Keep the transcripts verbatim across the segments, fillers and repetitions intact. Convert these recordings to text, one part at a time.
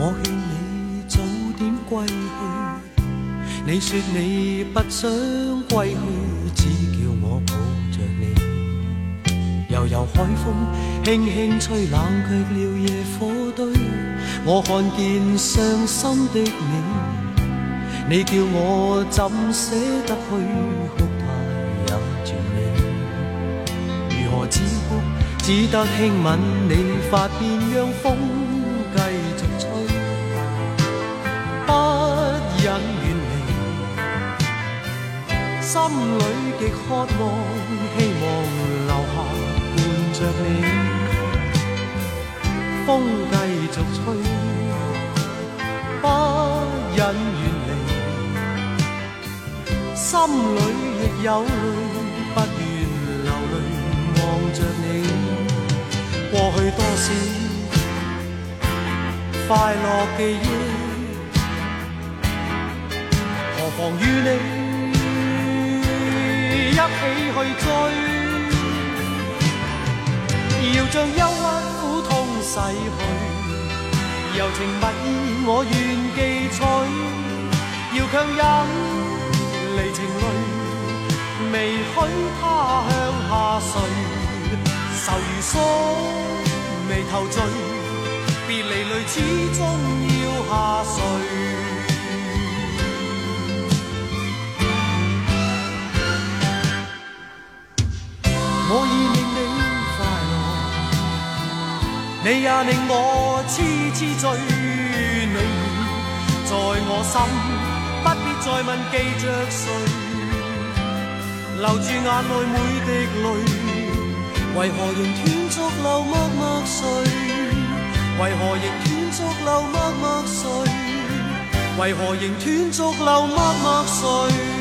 我劝你早點歸去，你說你不想歸去，只叫我抱着你。悠悠海風輕輕吹，冷卻了野火堆。我看見傷心的你，你叫我怎捨得去，哭態也絕美。如何止哭，只得輕吻你髮邊，讓風繼續吹，不忍遠離，心裏極渴望，希望留下伴着你。風繼續吹，不忍遠離，心裏亦有淚，不願流淚望着你。過去多少快樂記憶，何妨與你一起去追，要將憂鬱苦痛逝去，柔情蜜意我願記取，要強忍離情淚，未許他向下垂。愁如鎖，眉頭聚，別離淚始終要下垂。我已令你快樂，你也令我痴痴醉。你在我心，不必再問記着誰，留住眼內每滴淚。為何仍斷續流默默睡？為何仍斷續流默默睡？為何仍斷續流默默睡？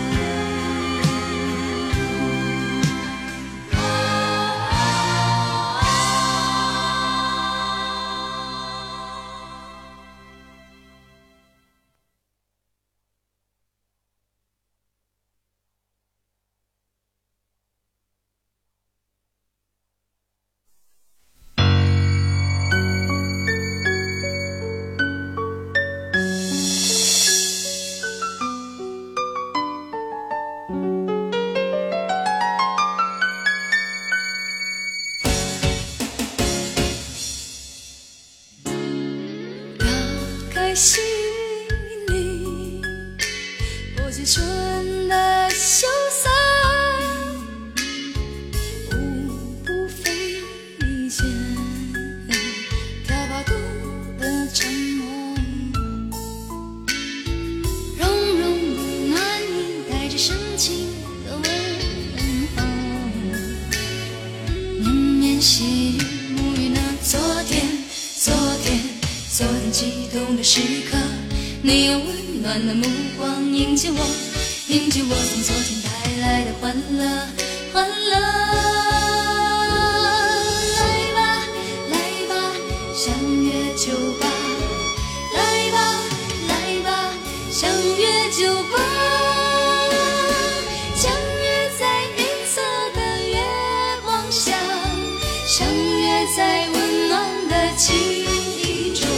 心里破碎春的羞涩，舞步飞旋，跳跑度的沉默，融融温暖你带着深情的问候，绵绵细雨沐浴那昨天，昨天，昨天激动的时刻，你用温暖的目光迎接我，迎接我从昨天带来的欢乐，欢乐。来吧，来吧，相约酒吧。来吧，来吧，相约酒吧。相约在云色的月光下，相约在温暖的情意中。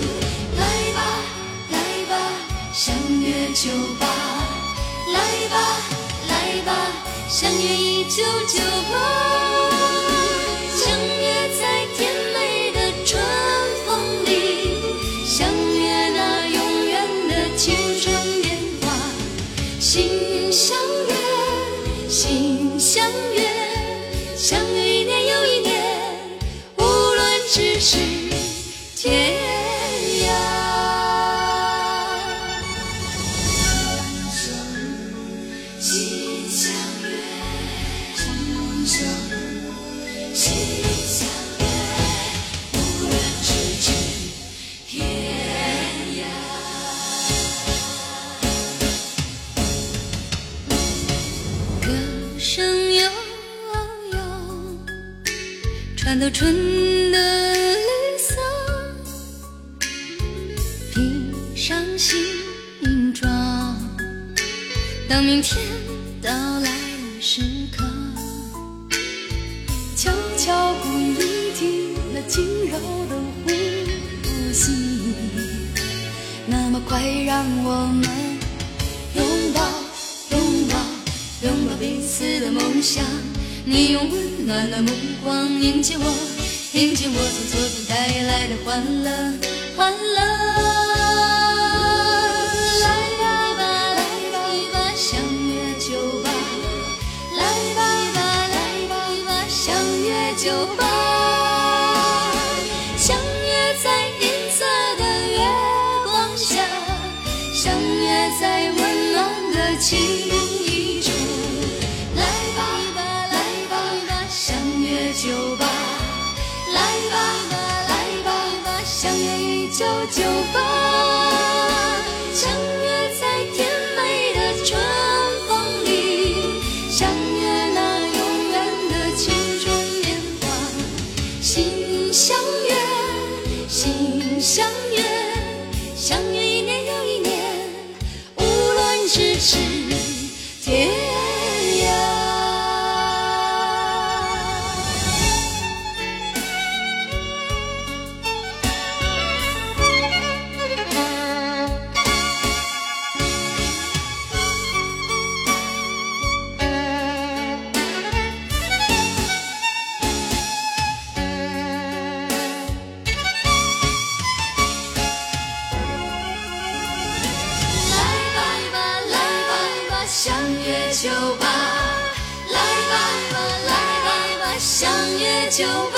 相约酒吧，来吧，来吧，相约一九九八，相约在甜美的春风里，相约那永远的青春年华，心相约，心相约，相约一年又一年，无论咫尺天涯。穿透春的绿色，披上新装，当明天到来的时刻，悄悄故意停了轻柔的呼吸， 快让我们拥抱拥抱拥抱彼此的梦想。你用温暖的目光迎接我，迎接我从昨天带来的欢乐欢乐。来吧吧来吧相约酒吧，来吧吧来吧相约酒吧，相约在银色的月光下，相约在温暖的情意中。来吧来吧相约酒吧，来吧来吧相约一九九八，相约在甜美的春风里，相约那永远的青春年华。心相约心相约，相约一年又一年，无论咫尺天涯。相约酒吧，来吧吧来吧相约酒吧，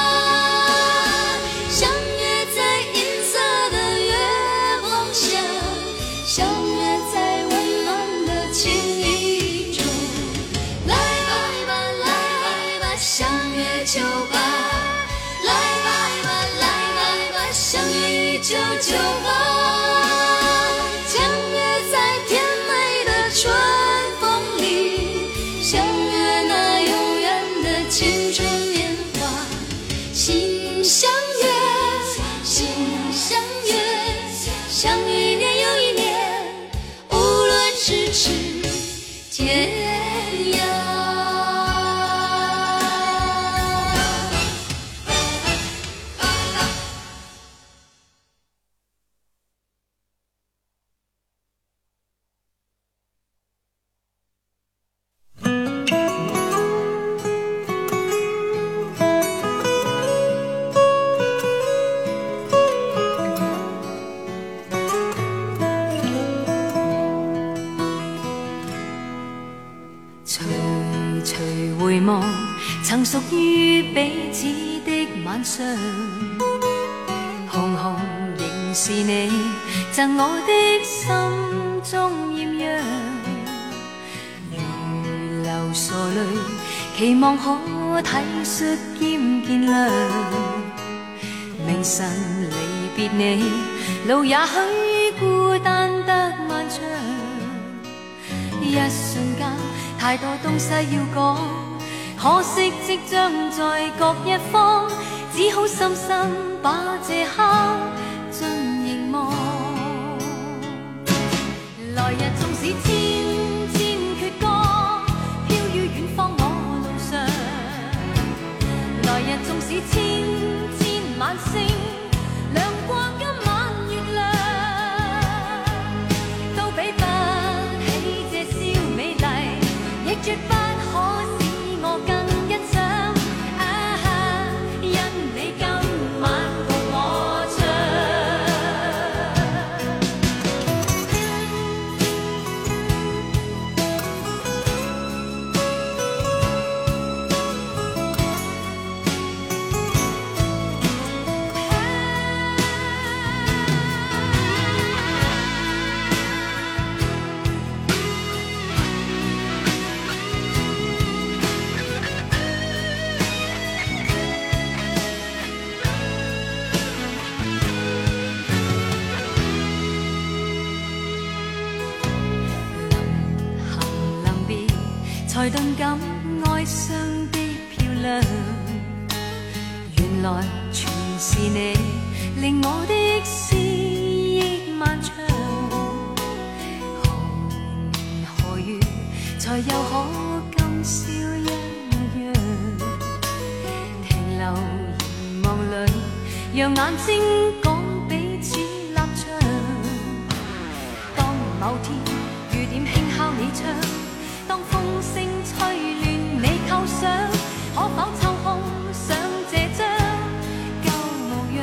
相约在银色的月光下，相约在温暖的情意中。来吧吧来吧相约酒吧，来吧吧来吧相约一九九八，相约在甜美的春风里，相约那永远的青春年华。心相约心相约，相约一年又一年，无论咫尺天涯。 曾屬於彼此的晚上，紅紅仍是你贈我的心中豔陽，如流傻淚，期望可體恤兼見諒。明晨離別你，路也許孤單得漫長，一瞬間太多東西要講，可惜即將在各一方，只好深深把這刻盡凝望。來日縱使千千闕歌，飄於遠方我路上。來日縱使千千晚星，亮過今晚月亮，都比不起這宵美麗，亦絕不可使我更欣賞。啊，因你今晚共我唱。才頓感哀傷的漂亮，原來全是你令我的思憶漫長。何年何月才又可今宵一樣，停留凝望裏，讓眼睛講彼此立場。 某天雨點輕敲你窗，當風聲吹亂你構想，可否抽空想這張舊模樣？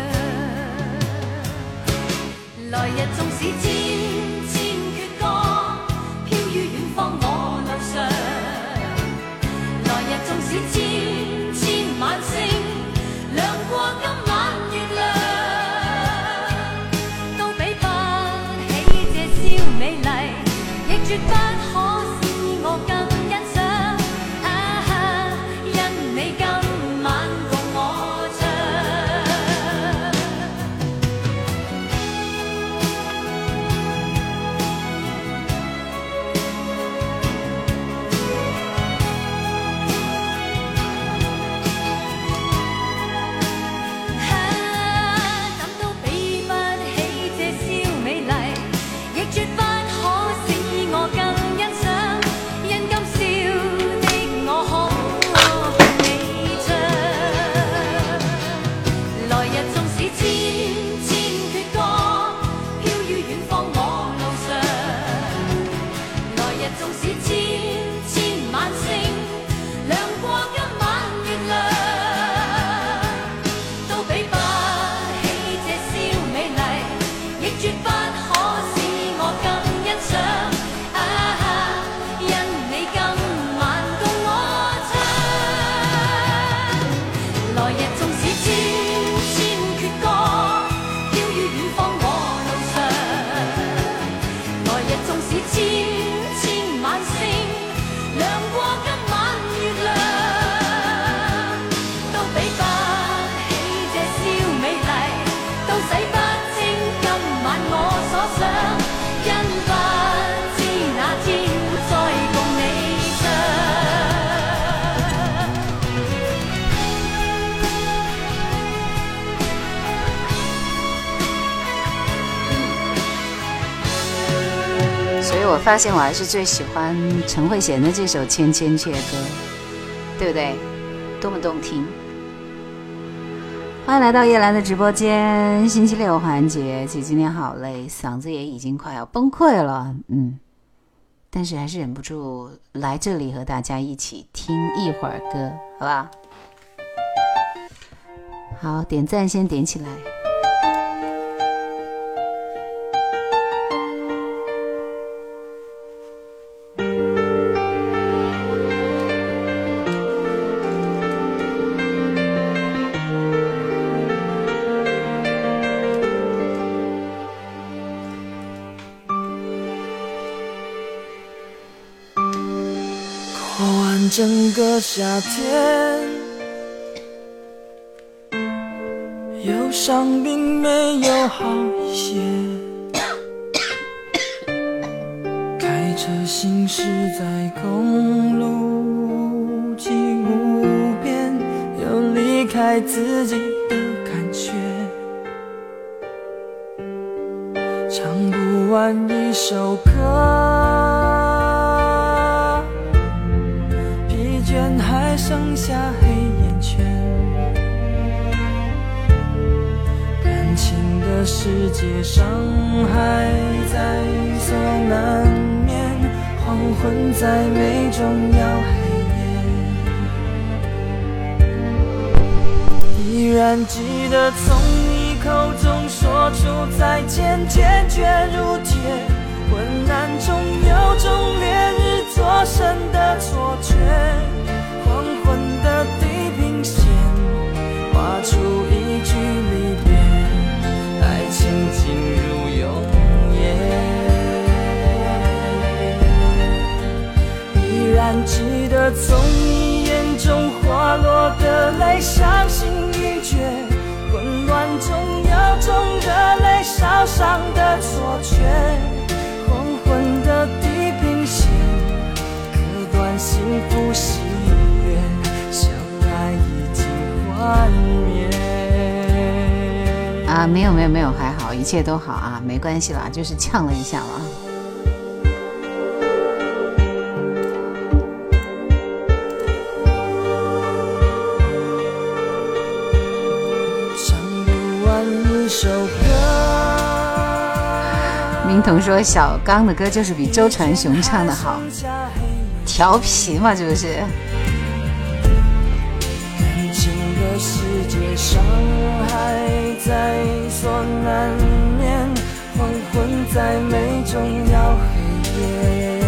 來日縱使千千闕歌，飄於遠方我路上。來日縱使千千晚星，亮過今晚月亮，都比不起這宵美麗，亦絕不可使我更欣賞。啊，因你今晚共我唱。 我发现我还是最喜欢陈慧娴的这首《千千阙歌》，对不对？多么动听！欢迎来到叶兰的直播间，星期六环节。其实今天好累，嗓子也已经快要崩溃了，嗯，但是还是忍不住来这里和大家一起听一会儿歌，好不好？好，点赞先点起来。 整个夏天，忧伤并没有好一些。开车行驶在公路际无边，有离开自己的感觉。唱不完一首歌，还剩下黑眼圈，感情的世界伤害在所难免，黄昏在美中要黑夜，依然记得从你口中说出再见，坚决如铁，昏暗中有种烈日灼身的错觉，黄昏的地平线画出一句离别，爱情进入永夜，依然记得从你眼中滑落的泪，伤心欲绝，混乱中有种热泪烧伤的错觉，黄昏的地平线割断幸福喜悦，相爱已经幻灭。 啊，没有没有没有，还好，一切都好啊，没关系啦，就是呛了一下了。 明彤说小刚的歌就是比周传雄唱的好，调皮嘛，这不是？ 感情的世界伤害在所难免，黄昏在每种要黑夜，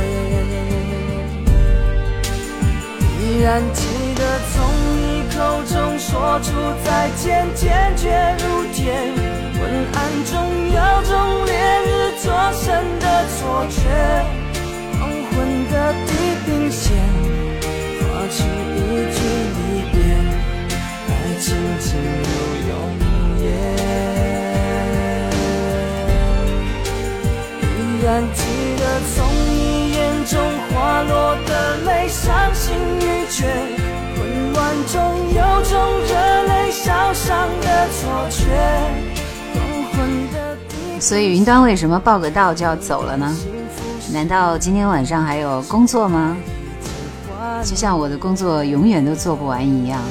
依然记得从你口中说出再见，坚决如铁，昏暗中有种烈日灼身的错觉，黄昏的地平线划出一句离别，爱情进入永夜，依然记得从你眼中滑落的泪，伤心欲绝，混乱中有种热泪烧伤的错觉。 所以云端为什么报个到就要走了呢？难道今天晚上还有工作吗？就像我的工作永远都做不完一样，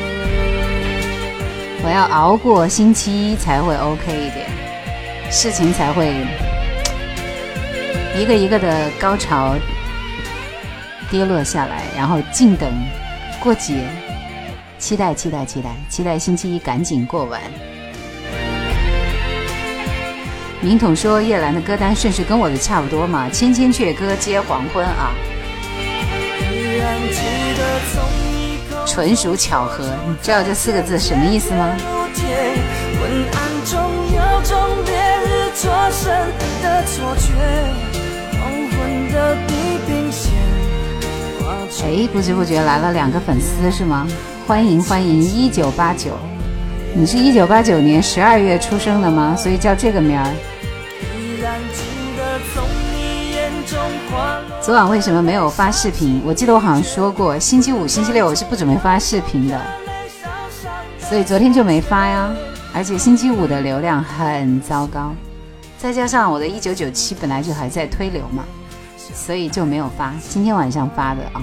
我要熬过星期一才会 OK 一点，事情才会一个一个的高潮跌落下来，然后静等过节，期待期待期待期待星期一赶紧过完。明统说叶兰的歌单顺序跟我的差不多嘛，千千阙歌接黄昏啊，纯属巧合。你知道这四个字什么意思吗？哎，不知不觉来了两个粉丝是吗？欢迎欢迎一九八九，你是一九八九年十二月出生的吗？所以叫这个名儿。昨晚为什么没有发视频？我记得我好像说过，星期五、星期六我是不准备发视频的，所以昨天就没发呀。而且星期五的流量很糟糕，再加上我的一九九七本来就还在推流嘛，所以就没有发。今天晚上发的啊。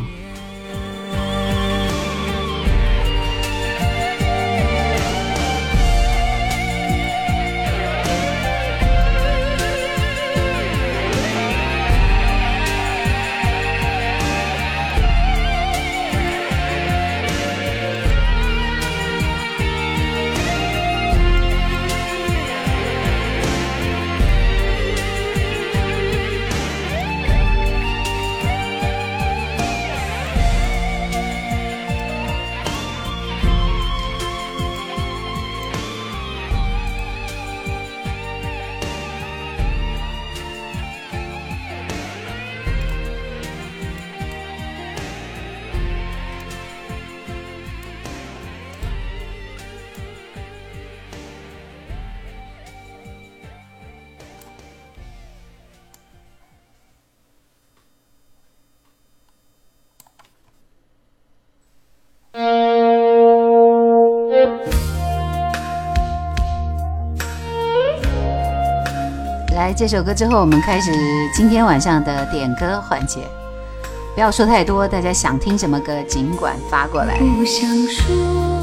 来这首歌之后，我们开始今天晚上的点歌环节。不要说太多，大家想听什么歌尽管发过来。 不想说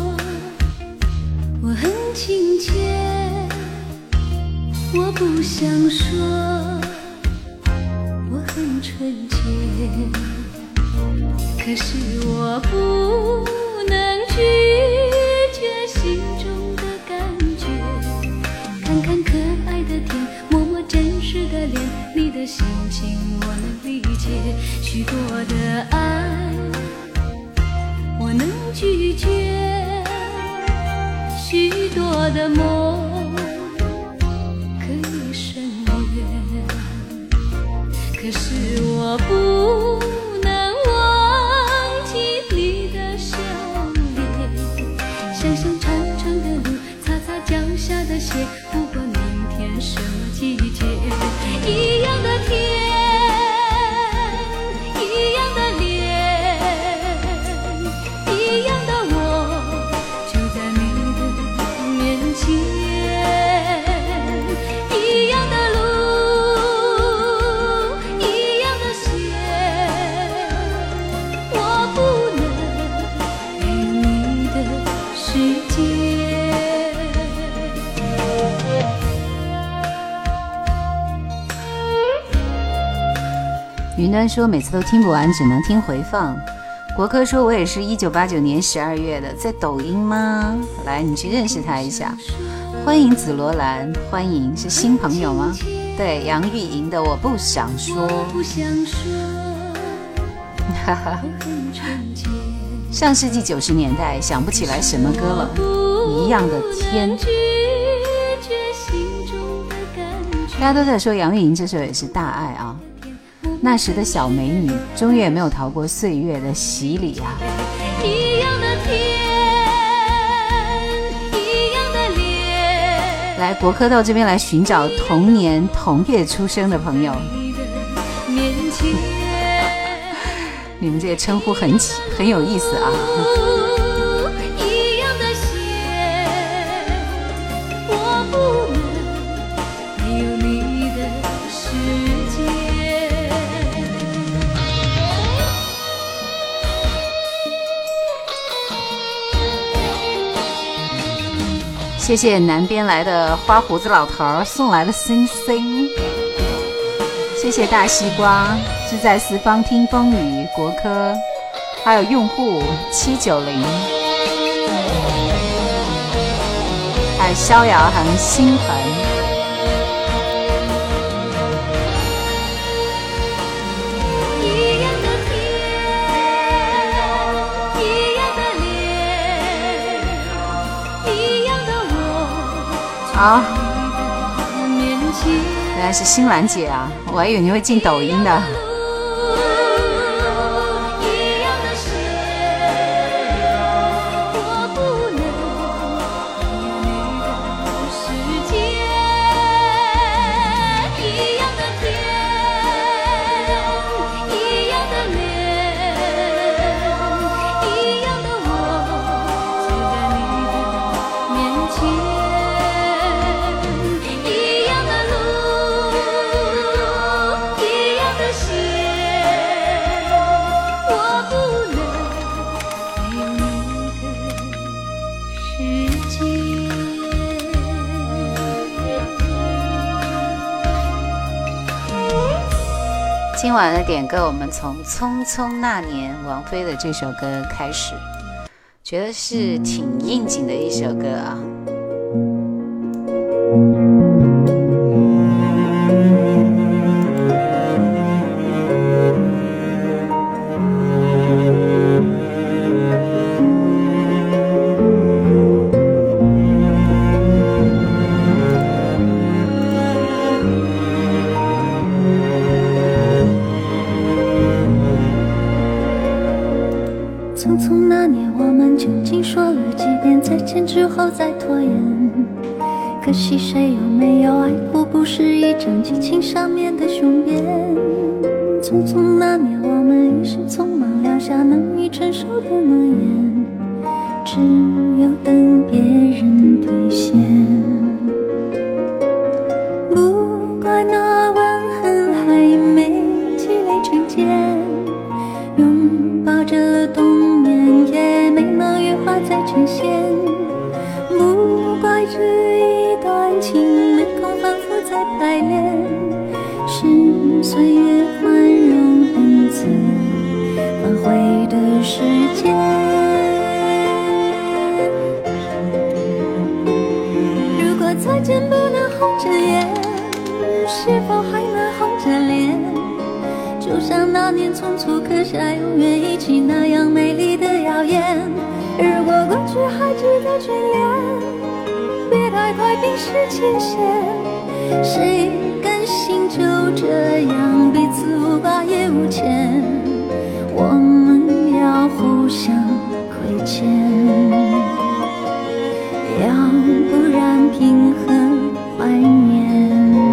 我很亲切，我不想说我很纯洁，可是我不能拒绝心中的感觉，看看可爱的天，摸摸真实的脸，你的心情我能理解，许多的爱我能拒绝，许多的梦可以省略，可是我不能忘记你的笑脸，想想长长的路，擦擦脚下的鞋，不管明天什么季节，一样的天，一样的脸，一样的我，就在你的面前，一样的路，一样的线， 云端说每次都听不完，只能听回放。国科说我也是一九八九年十二月的，在抖音吗？来，你去认识他一下。欢迎紫罗兰，欢迎，是新朋友吗？对，杨钰莹的我不想说。哈哈。上世纪九十年代想不起来什么歌了，一样的天。大家都在说杨钰莹这首也是大爱啊。那时的小美女，终于也没有逃过岁月的洗礼啊！一样的天，一样的脸。来，国科到这边来寻找同年同月出生的朋友。你们这个称呼很起很有意思啊！一样的血，我不能没有你的世界。谢谢南边来的花胡子老头送来的星星，谢谢大西瓜，志在四方听风雨，国科，还有用户七九零，还有逍遥和心痕。一样的天，一样的脸，一样的我。好，原来是新兰姐啊，我还以为你会进抖音的。今晚的点歌，我们从《匆匆那年》王菲的这首歌开始，觉得是挺应景的一首歌啊。 再拖延，可惜谁有没有爱过，不是一张激情上面的雄辩。匆匆那年，我们一时匆忙撂下难以承受的诺言，只有等别人兑现。不怪那吻痕还没积累成茧，拥抱着冬眠也没能羽化再成仙。不怪这一段情没空反复再排练，是岁月宽容恩赐挽回的时间。如果再见不能红着眼，是否还能红着脸？就像那年匆促刻下永远一起那样美丽的谣言。如果过去还值得眷恋，别太快冰释前嫌。谁甘心就这样彼此无挂也无牵？我们要互相亏欠，要不然凭何怀念？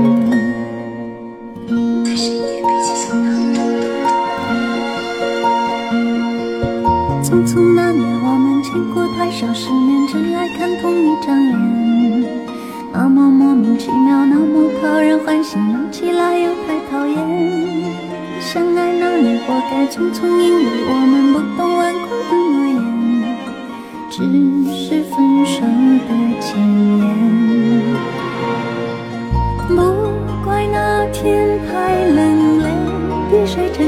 匆匆那年，我们见过太少世面，只爱看同一张脸。那么莫名其妙，那么讨人欢喜，闹起来又太讨厌。相爱那年，活该匆匆，因为我们不懂顽固的诺言，只是分手的前言。不怪那天太冷，泪滴水成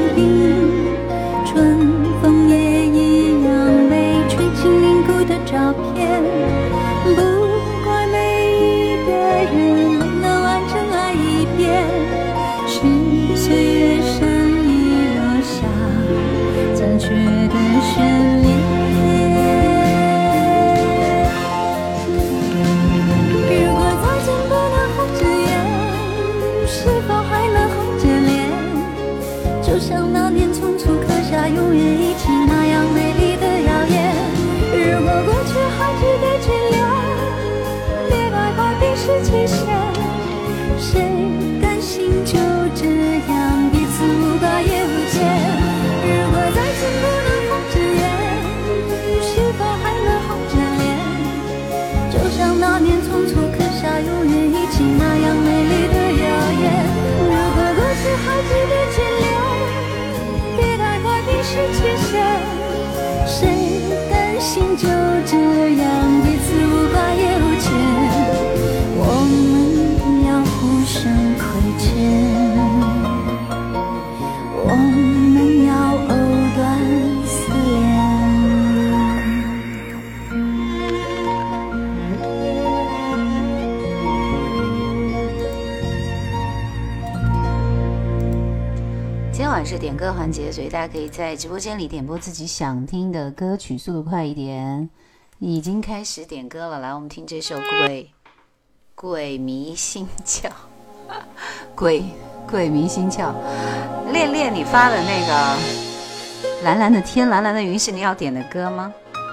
晚是点歌环节，所以大家可以在直播间里点播自己想听的歌曲，速度快一点。已经开始点歌了，来，我们听这首鬼鬼迷心窍，鬼鬼迷心窍。恋恋，你发的那个蓝蓝的天，蓝蓝的云是你要点的歌吗？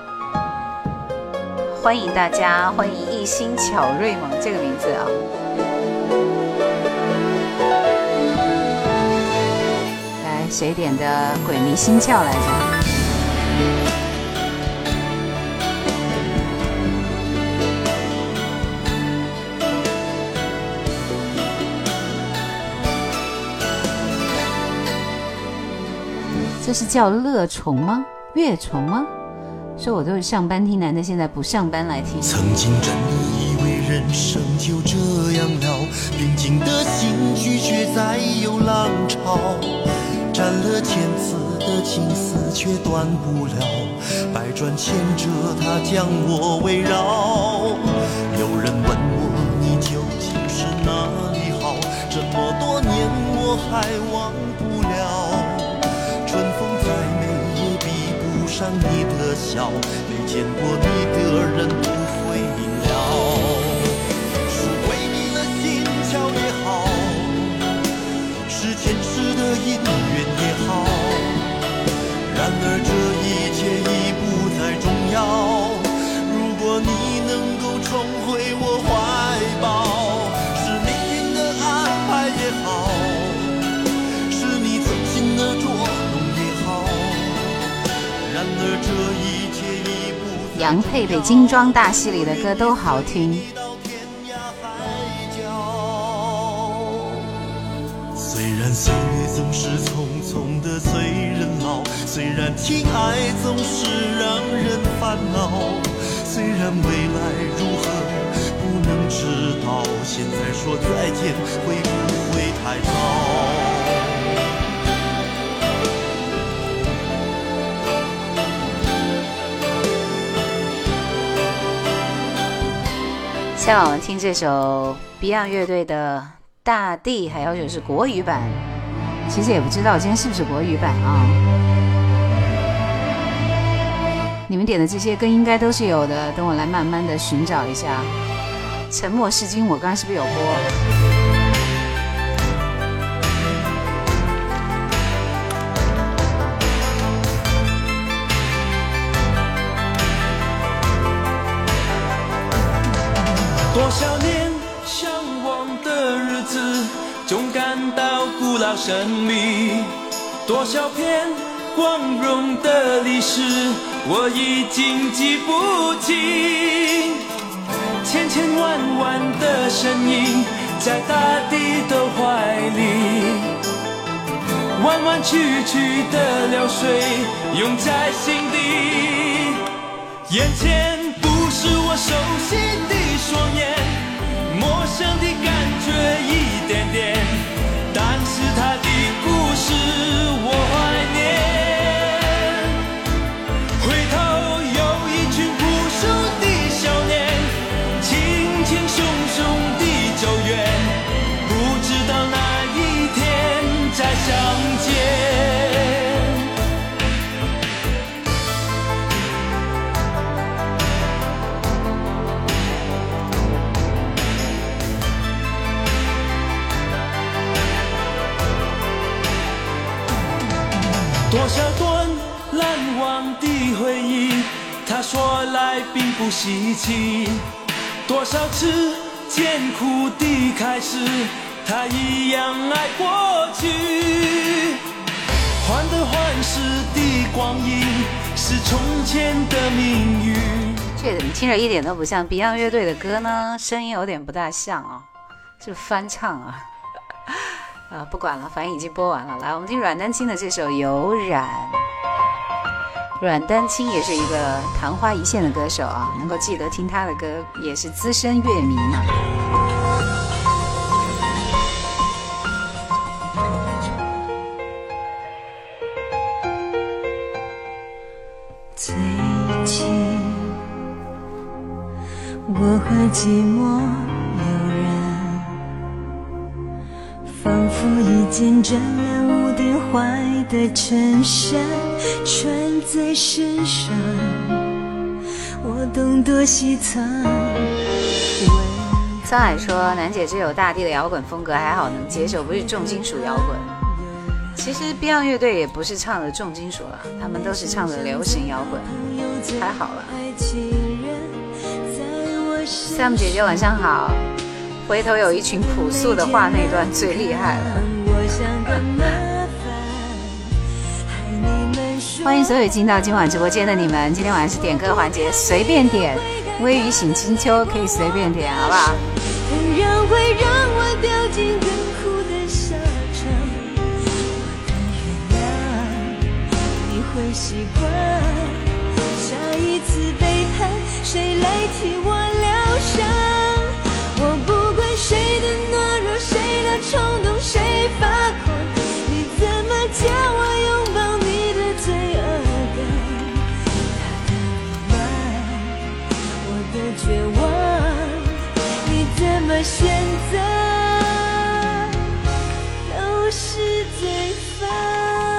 欢迎大家，欢迎一心巧瑞萌这个名字啊。来，谁点的鬼迷心窍来着？这是叫乐虫吗？乐虫吗？说我都是上班听男的，现在不上班来听。 曾经真以为人生就这样了，平静的心绪却再有浪潮，斩了千次的情丝却断不了，百转千折它将我围绕。有人问我你究竟是哪里好，这么多年我还忘不了。春风再美也比不上你的笑，没见过你的人不会明了。是鬼迷了心窍也好，是前世的因缘也好，然而这一切已不再重要。如果你能够重回我怀抱，是命运的安排也好，是你存心的捉杨佩佩精装大戏里的歌都好听。 虽然岁月总是匆匆的催人老，虽然情爱总是让人烦恼，虽然未来如何不能知道，现在说再见会不会太早？ 下面我们听这首 Beyond 乐队的《大地》，还有就是国语版。其实也不知道今天是不是国语版啊？你们点的这些歌应该都是有的，等我来慢慢的寻找一下。沉默是金，我刚才是不是有播？ 多少年向往的日子，总感到古老神秘。多少篇光荣的历史，我已经记不清。千千万万的身影，在大地的怀里，弯弯曲曲的流水，涌在心底。眼前不是我熟悉的双眼，陌生的感觉一点点，但是他的故事我怀念。回头有一群朴素的少年，轻轻松松地走远，不知道哪一天再相见。多少段难忘的回忆，他说来并不稀奇。多少次艰苦的开始，他一样爱过去。患得患失的光阴，是从前的命运。 这怎么听着一点都不像 Beyond 乐队的歌呢？声音有点不大像啊，是不是翻唱啊？啊，不管了，反正已经播完了。来，我们听阮丹青的这首《有染》。阮丹青也是一个昙花一现的歌手啊，能够记得听他的歌，也是资深乐迷嘛。 最近，我和寂寞有人，仿佛服一件沾了污点坏的衬衫穿在身上，我懂多细藏。 沧海说楠姐只有大地的摇滚风格还好能接受，不是重金属摇滚。其实 Beyond 乐队也不是唱的重金属了，他们都是唱的流行摇滚，还好了。Sam 姐姐晚上好，回头有一群朴素的话那段最厉害了。欢迎所有进到今晚直播间的你们，今天晚上是点歌环节，随便点，微雨醒清秋可以随便点，好不好？ 让会让我掉进更苦的沙场，我的原谅你会习惯，下一次背叛谁来替我疗伤？我不管谁的懦弱，谁的冲动，谁发狂，你怎么叫我拥抱你的罪恶感？他的乱，我的绝望，你怎么选择都是罪犯。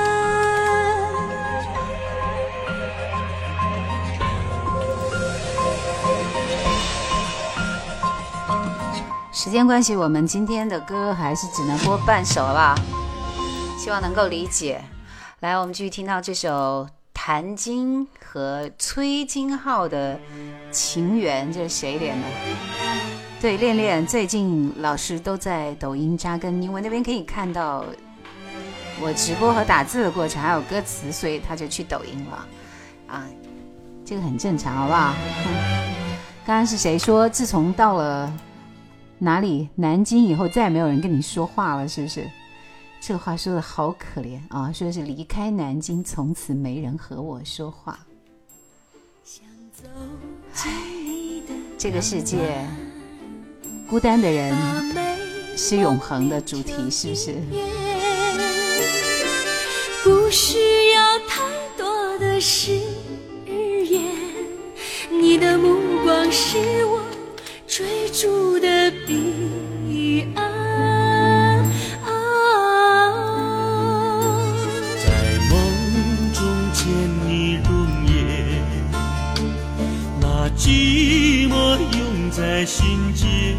时间关系，我们今天的歌还是只能播半首了，希望能够理解。来，我们继续听到这首谭晶和崔金浩的《情缘》，这是谁点的？对，恋恋最近老师都在抖音扎根，因为那边可以看到我直播和打字的过程，还有歌词，所以他就去抖音了啊，这个很正常，好不好？刚刚是谁说自从到了哪里南京以后再也没有人跟你说话了，是不是？这个话说的好可怜啊，说是离开南京从此没人和我说话。唉，这个世界孤单的人是永恒的主题，是不是？ 不需要太多的誓言，你的目光是我追逐的彼岸。 在梦中见你容颜，那寂寞涌在心间，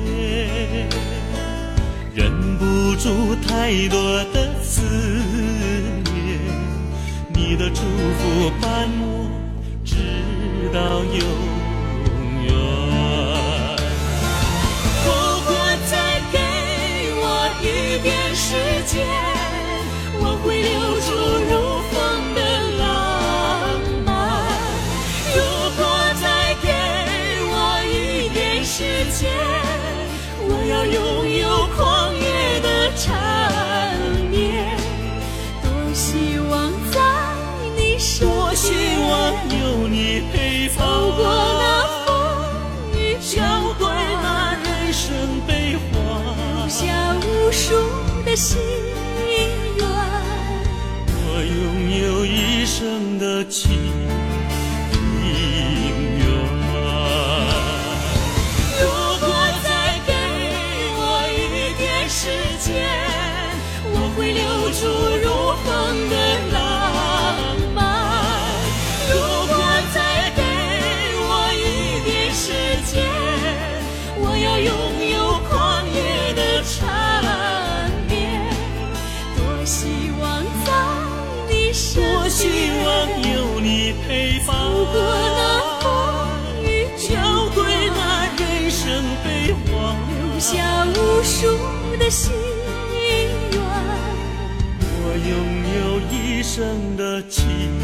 忍不住太多的思念，你的祝福伴我直到永远。一点时间，我会留住如风的浪漫。如果再给我一点时间，我要拥有狂野的缠绵。多希望在你身边，多希望有你陪伴，走过那风雨交汇，那人生悲欢，留下无数的心愿，我拥有一生的情缘。如果再给我一点时间，我会留住如风的浪漫。如果再给我一点时间，我要拥有狂野的缠绵。多希望在你身边，多希望有你陪伴，走过那风雨交汇，那人生悲欢，留下无数的心愿，我拥有一生的情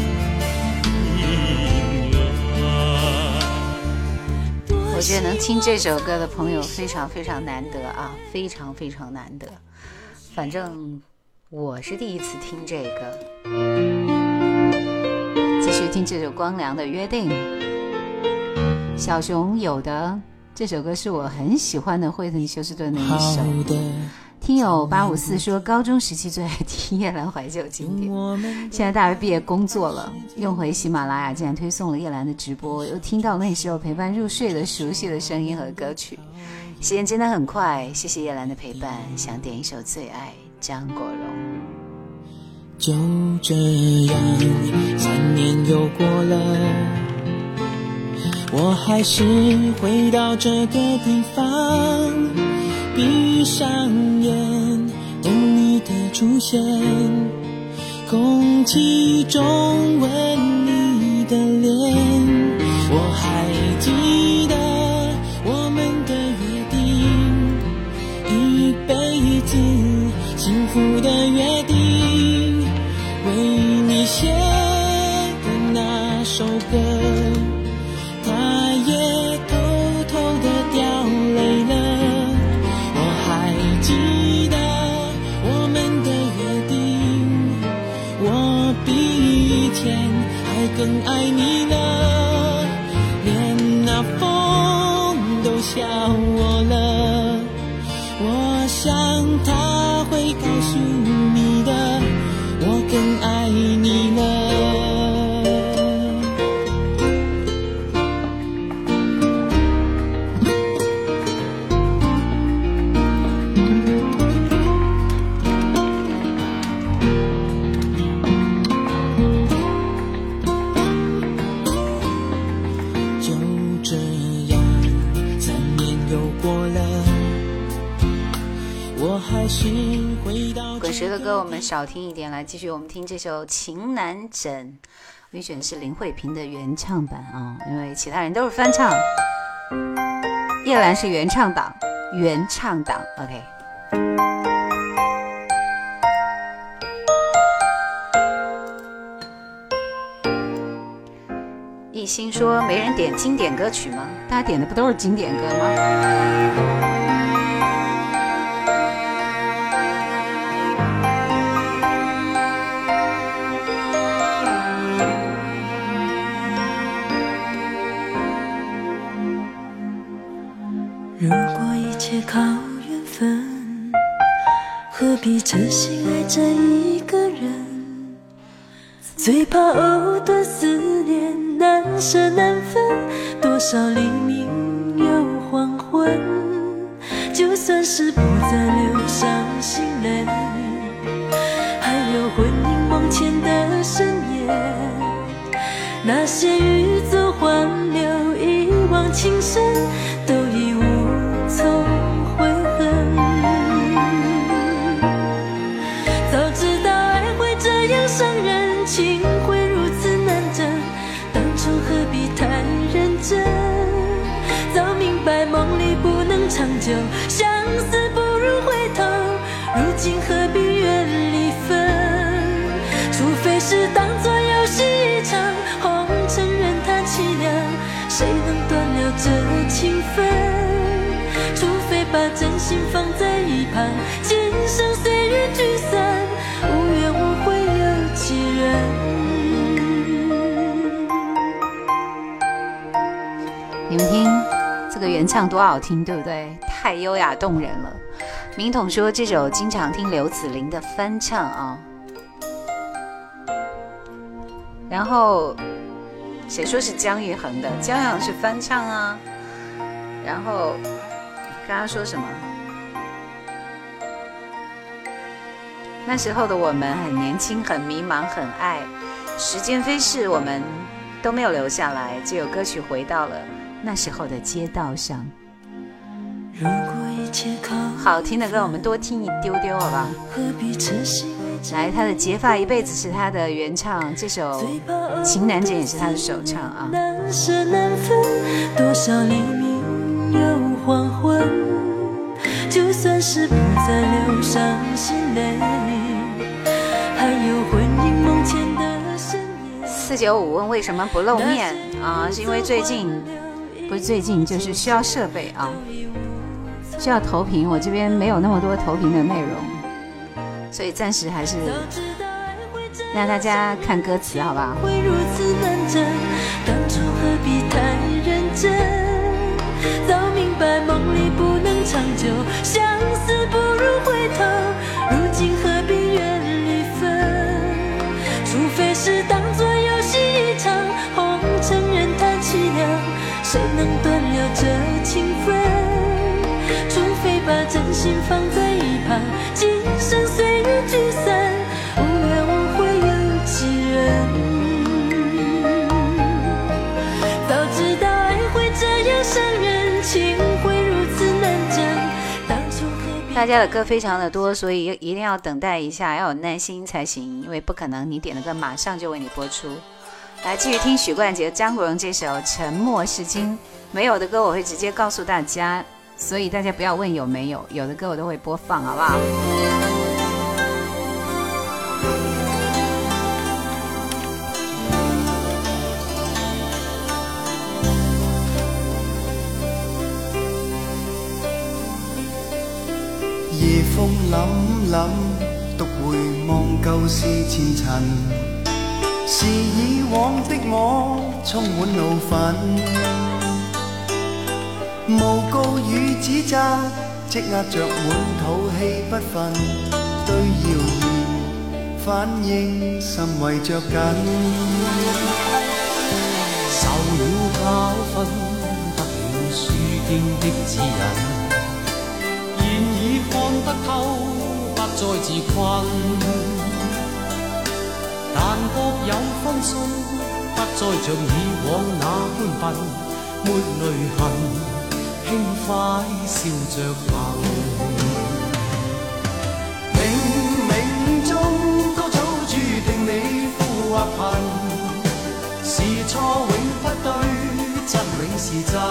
我觉得能听这首歌的朋友非常非常难得啊，非常非常难得。反正我是第一次听这个。继续听这首光良的《约定》。小熊有的这首歌是我很喜欢的惠特休斯顿的一首。听友八五四说，高中时期最爱听叶兰怀旧经典，现在大学毕业工作了，用回喜马拉雅竟然推送了叶兰的直播，又听到那时候陪伴入睡的熟悉的声音和歌曲。时间真的很快，谢谢叶兰的陪伴，想点一首《最爱》 张国荣。 就这样三年又过了，我还是回到这个地方，闭上眼等你的出现，空气中闻你的脸，我还记得我们的约定，一辈子幸福的约定，为你写的那首歌，它也偷偷地掉泪了。我还记得我们的约定，我比以前还更爱你了，连那风都笑我了。我想他会告诉你的，我更爱你了。就这样三年又过了，我还是回到滚石的歌我们少听一点，来继续我们听这首《情难枕》，我选的是林慧萍的原唱版啊，因为其他人都是翻唱，叶兰是原唱党，原唱党 OK。一心说没人点经典歌曲吗？大家点的不都是经典歌吗？ 如果一切靠缘分，何必痴心爱着一个人？最怕藕断丝连，难舍难分，多少黎明又黄昏。就算是不再流伤心泪，还有魂萦梦牵的深夜，那些欲走还留，一往情深，都已无从悔恨。早知道爱会这样伤人，情会如此难枕，当初何必太认真？早明白梦里不能长久，相思不如回头，如今何必怨离分？除非是当作游戏一场，红尘任它凄凉，谁能断了这情分？除非把真心放在一旁，今生随缘聚散，无怨无悔有几人？ 你们听这个原唱多好听，对不对？太优雅动人了。明统说这首经常听刘子霖的翻唱啊，然后谁说是姜育恒的？姜育恒是翻唱啊。然后刚刚说什么？那时候的我们很年轻，很迷茫，很爱。时间飞逝，我们都没有留下来，只有歌曲回到了那时候的街道上。 如果一切靠好听的歌我们多听一丢丢好吧。 何必痴心来，他的《结发一辈子》是他的原唱，这首《情难枕》也是他的首唱啊。 难舍难分，多少黎明又黄昏，就算是不再流伤心泪，还有魂萦梦牵的深夜。 四九五问为什么不露面啊？是因为最近不是最近，就是需要设备啊，需要投屏，我这边没有那么多投屏的内容，所以暂时还是让大家看歌词好不好？ 会如此难枕，当初何必太认真？早明白梦里不能长久，相思不如回头，如今何必怨离分？除非是当作游戏一场，红尘任它凄凉，谁能断了这情分？除非把真心放在一旁，今生虽大家的歌非常的多，所以一定要等待一下，要有耐心才行，因为不可能你点的歌马上就为你播出。来继续听许冠杰、张国荣这首《沉默是金》，没有的歌我会直接告诉大家，所以大家不要问有没有，有的歌我都会播放，好不好？ 夜風凜凜，獨回望舊事前塵，是以往的我充滿怒憤，無告與指責，積壓着滿肚氣不忿，對謠言反應甚為着緊， 受了教訓，得了書經的指引。已看得透，不再自困。但覺有分數，不再像以往那般笨，沒淚痕，輕快笑着行。冥冥中都早注定你富或貧，是錯永不對，真永是真。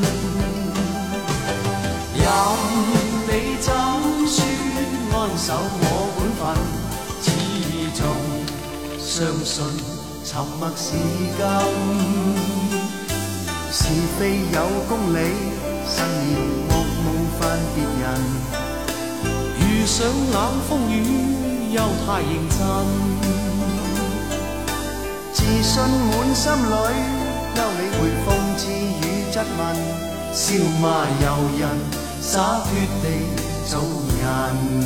任你怎說安守我本分，始終相信沉默是金。是非有公理，慎言莫冒犯別人。遇上冷風雨，又太認真。自信滿心裏，休理會諷刺與質問，笑罵由人。灑脱地做人。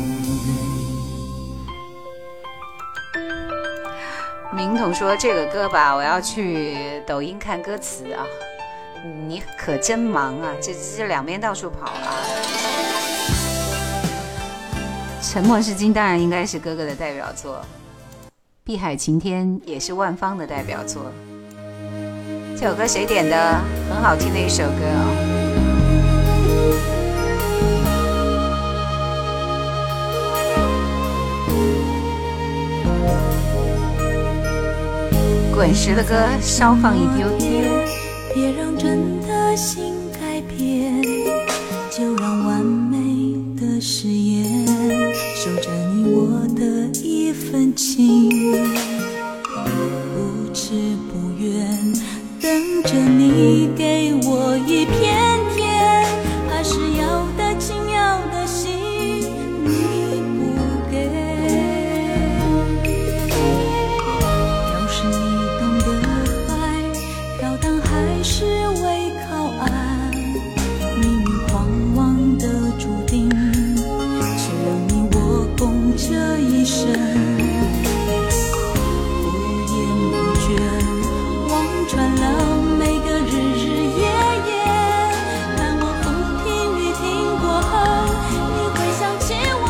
明统说这个歌吧，我要去抖音看歌词啊。你可真忙啊，这这两边到处跑啊。沉默是金当然应该是哥哥的代表作，碧海晴天也是万芳的代表作。这首歌谁点的？很好听的一首歌哦。滚石的歌稍放一丢丢， 别让真的心改变，就让完美的誓言守着你我的一份情，不知不愿等着你给我一片天，还是要的情要的心你不给。要是你懂得爱，飘荡还是为靠岸，命运狂妄的注定，却让你我共这一生。不言不倦，望穿了每个日日夜夜，盼望风停雨停过后，你会想起我，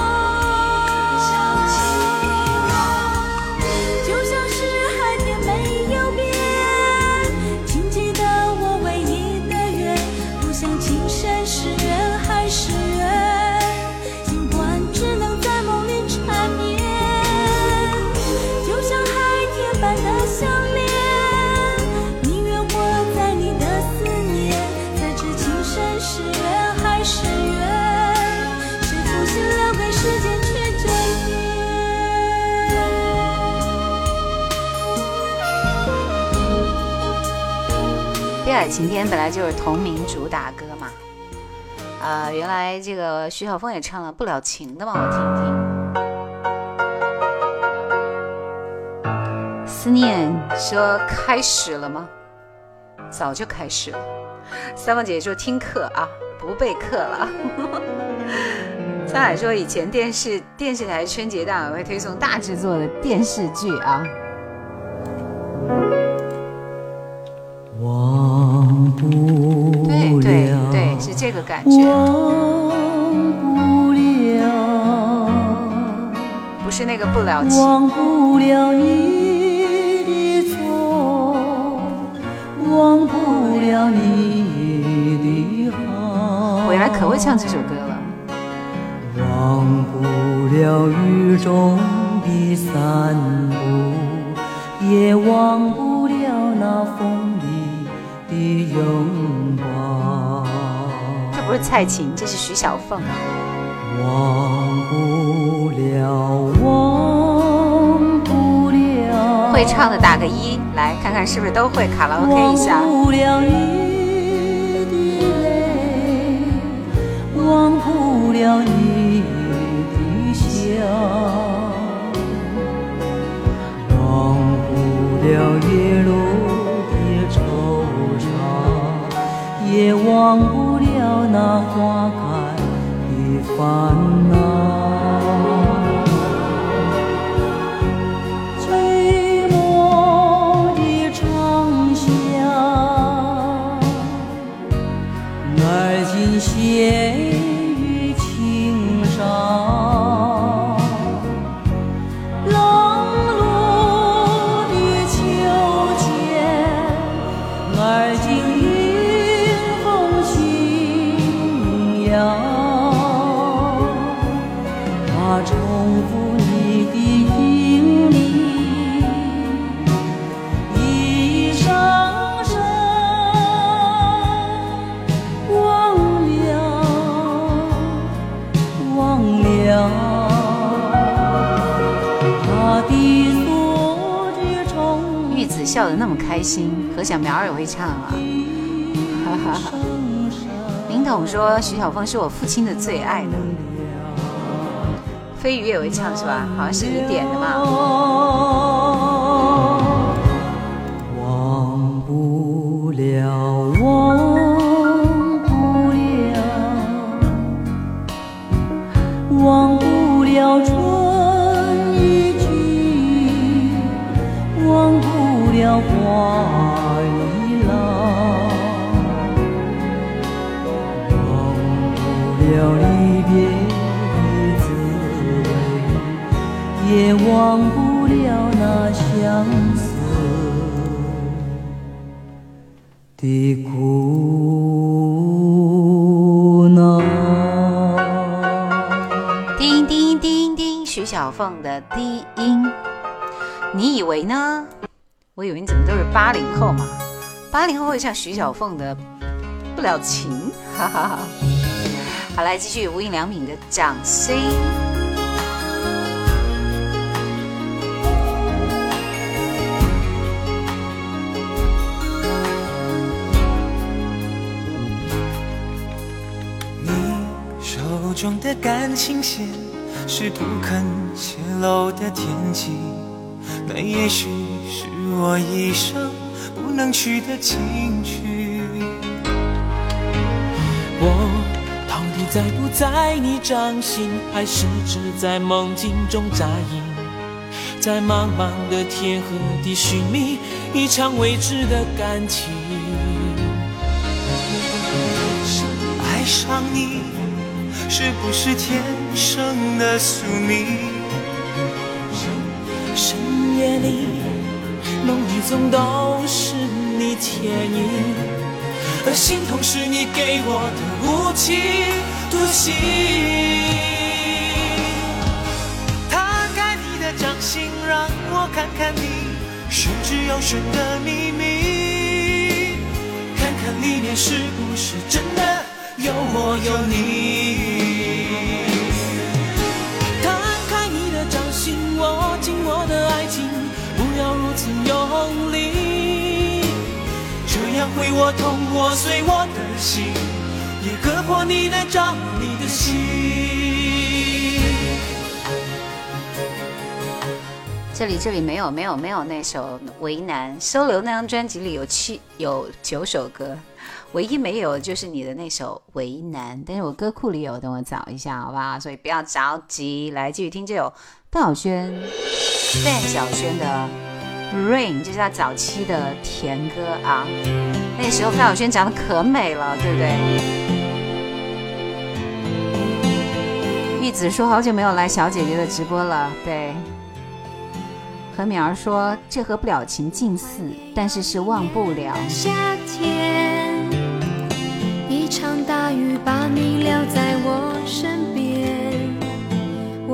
就像是海天没有变，请记得我唯一的愿，不想今生是缘还是缘，尽管只能在梦里缠绵，就像海天般的相恋，宁愿活在你的思念，才知今生是缘还是缘，是负心留给时间去争辩。 碧海晴天本来就是同名主打歌嘛，呃，原来这个徐小凤也唱了《不了情》的嘛，我听听。思念说开始了吗？早就开始了。三凤姐姐说听课啊，不备课了。沧海说以前电视电视台春节档会推送大制作的电视剧啊。 忘不对对对，是这个感觉。 忘不了， 不是那个不了情。 忘不了你的错，忘不了你的好。 我原来可会唱这首歌了。 忘不了雨中的散步，也忘不了那风里的拥抱。 这不是蔡琴，这是徐小凤。 忘不了，忘不了。 会唱的打个一，来看看是不是都会卡拉 OK 一下。 忘不了你的泪，忘不了你的笑，忘不了夜路的惆怅，也忘不了那花开的烦恼。寂寞的长巷，而今闲于青山，冷落的秋千，而今迎风轻扬。它重复你的引领，一声声忘了，忘了。它的所之重。 玉子笑得那么开心，何小苗也会唱啊！哈哈哈。林董说徐小凤是我父亲的最爱的。飞鱼也会唱是吧？好像是你点的嘛。 忘不了，忘不了，忘不了春已去，忘不了花已老，忘不了离别。也忘不了那相思的苦恼。 叮叮叮叮，徐小凤的低音，你以为呢？我以为你怎么都是八零后嘛，八零后会唱徐小凤的《不了情》，哈哈哈。好，来继续无印良品的掌声。 中的感情线是不肯泄露的天机，那也许是我一生不能去的情绪。 我到底在不在你掌心，还是只在梦境中扎营，在茫茫的天河地寻觅一场未知的感情。 爱上你是不是天生的宿命？ 深夜里梦里总都是你倩影，而心痛是你给我的无情突袭。 摊开你的掌心，让我看看你玄之又玄的秘密，看看里面是不是真的有我有你。 摊开你的掌心，握紧我的爱情，不要如此用力， 这样会我痛，我碎我的心，也割破你的掌，你的心。 这里这里没有没有没有那首为难，收留那张专辑里有七有九首歌，唯一没有就是你的那首为难，但是我歌库里有，等我找一下好不好？所以不要着急，来继续听这首范晓萱范晓萱的 Rain， 就是她早期的甜歌啊。那时候范晓萱长得可美了，对不对？玉子说好久没有来小姐姐的直播了，对。何敏儿说这和不了情近似，但是是忘不了。 夏天一场大雨把你撂在我身边，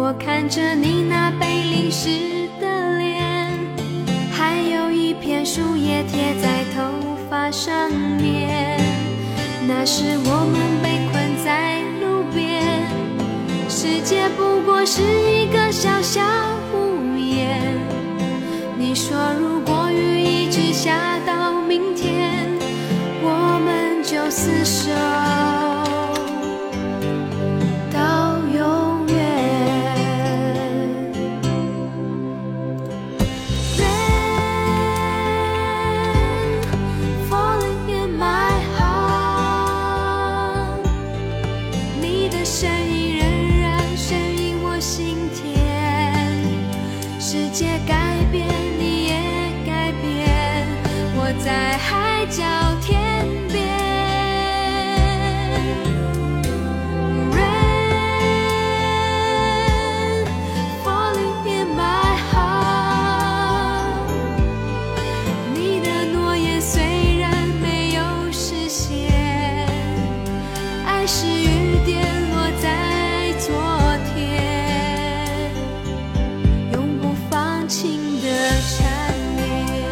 我看着你那被淋湿的脸，还有一片树叶贴在头发上面，那时我们被困在路边，世界不过是一个小小屋檐。你说如果雨一直下到明天，我们就厮守到永远。 Rain falling in my heart， 你的声音仍然声音我心田，世界改变你也改变，我在海角天边。 Rain falling in my heart， 你的诺言虽然没有实现，爱是雨点落在昨天，永不放晴的缠绵。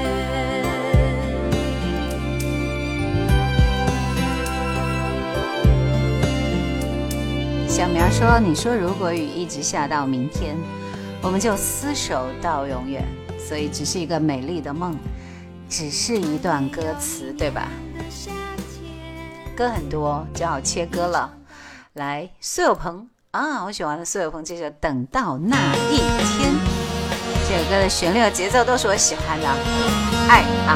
小苗说：“你说如果雨一直下到明天，我们就厮守到永远。所以只是一个美丽的梦，只是一段歌词，对吧？歌很多，只好切歌了。来，苏有朋啊，我喜欢的苏有朋这首《等到那一天》，这首歌的旋律和节奏都是我喜欢的，爱啊。”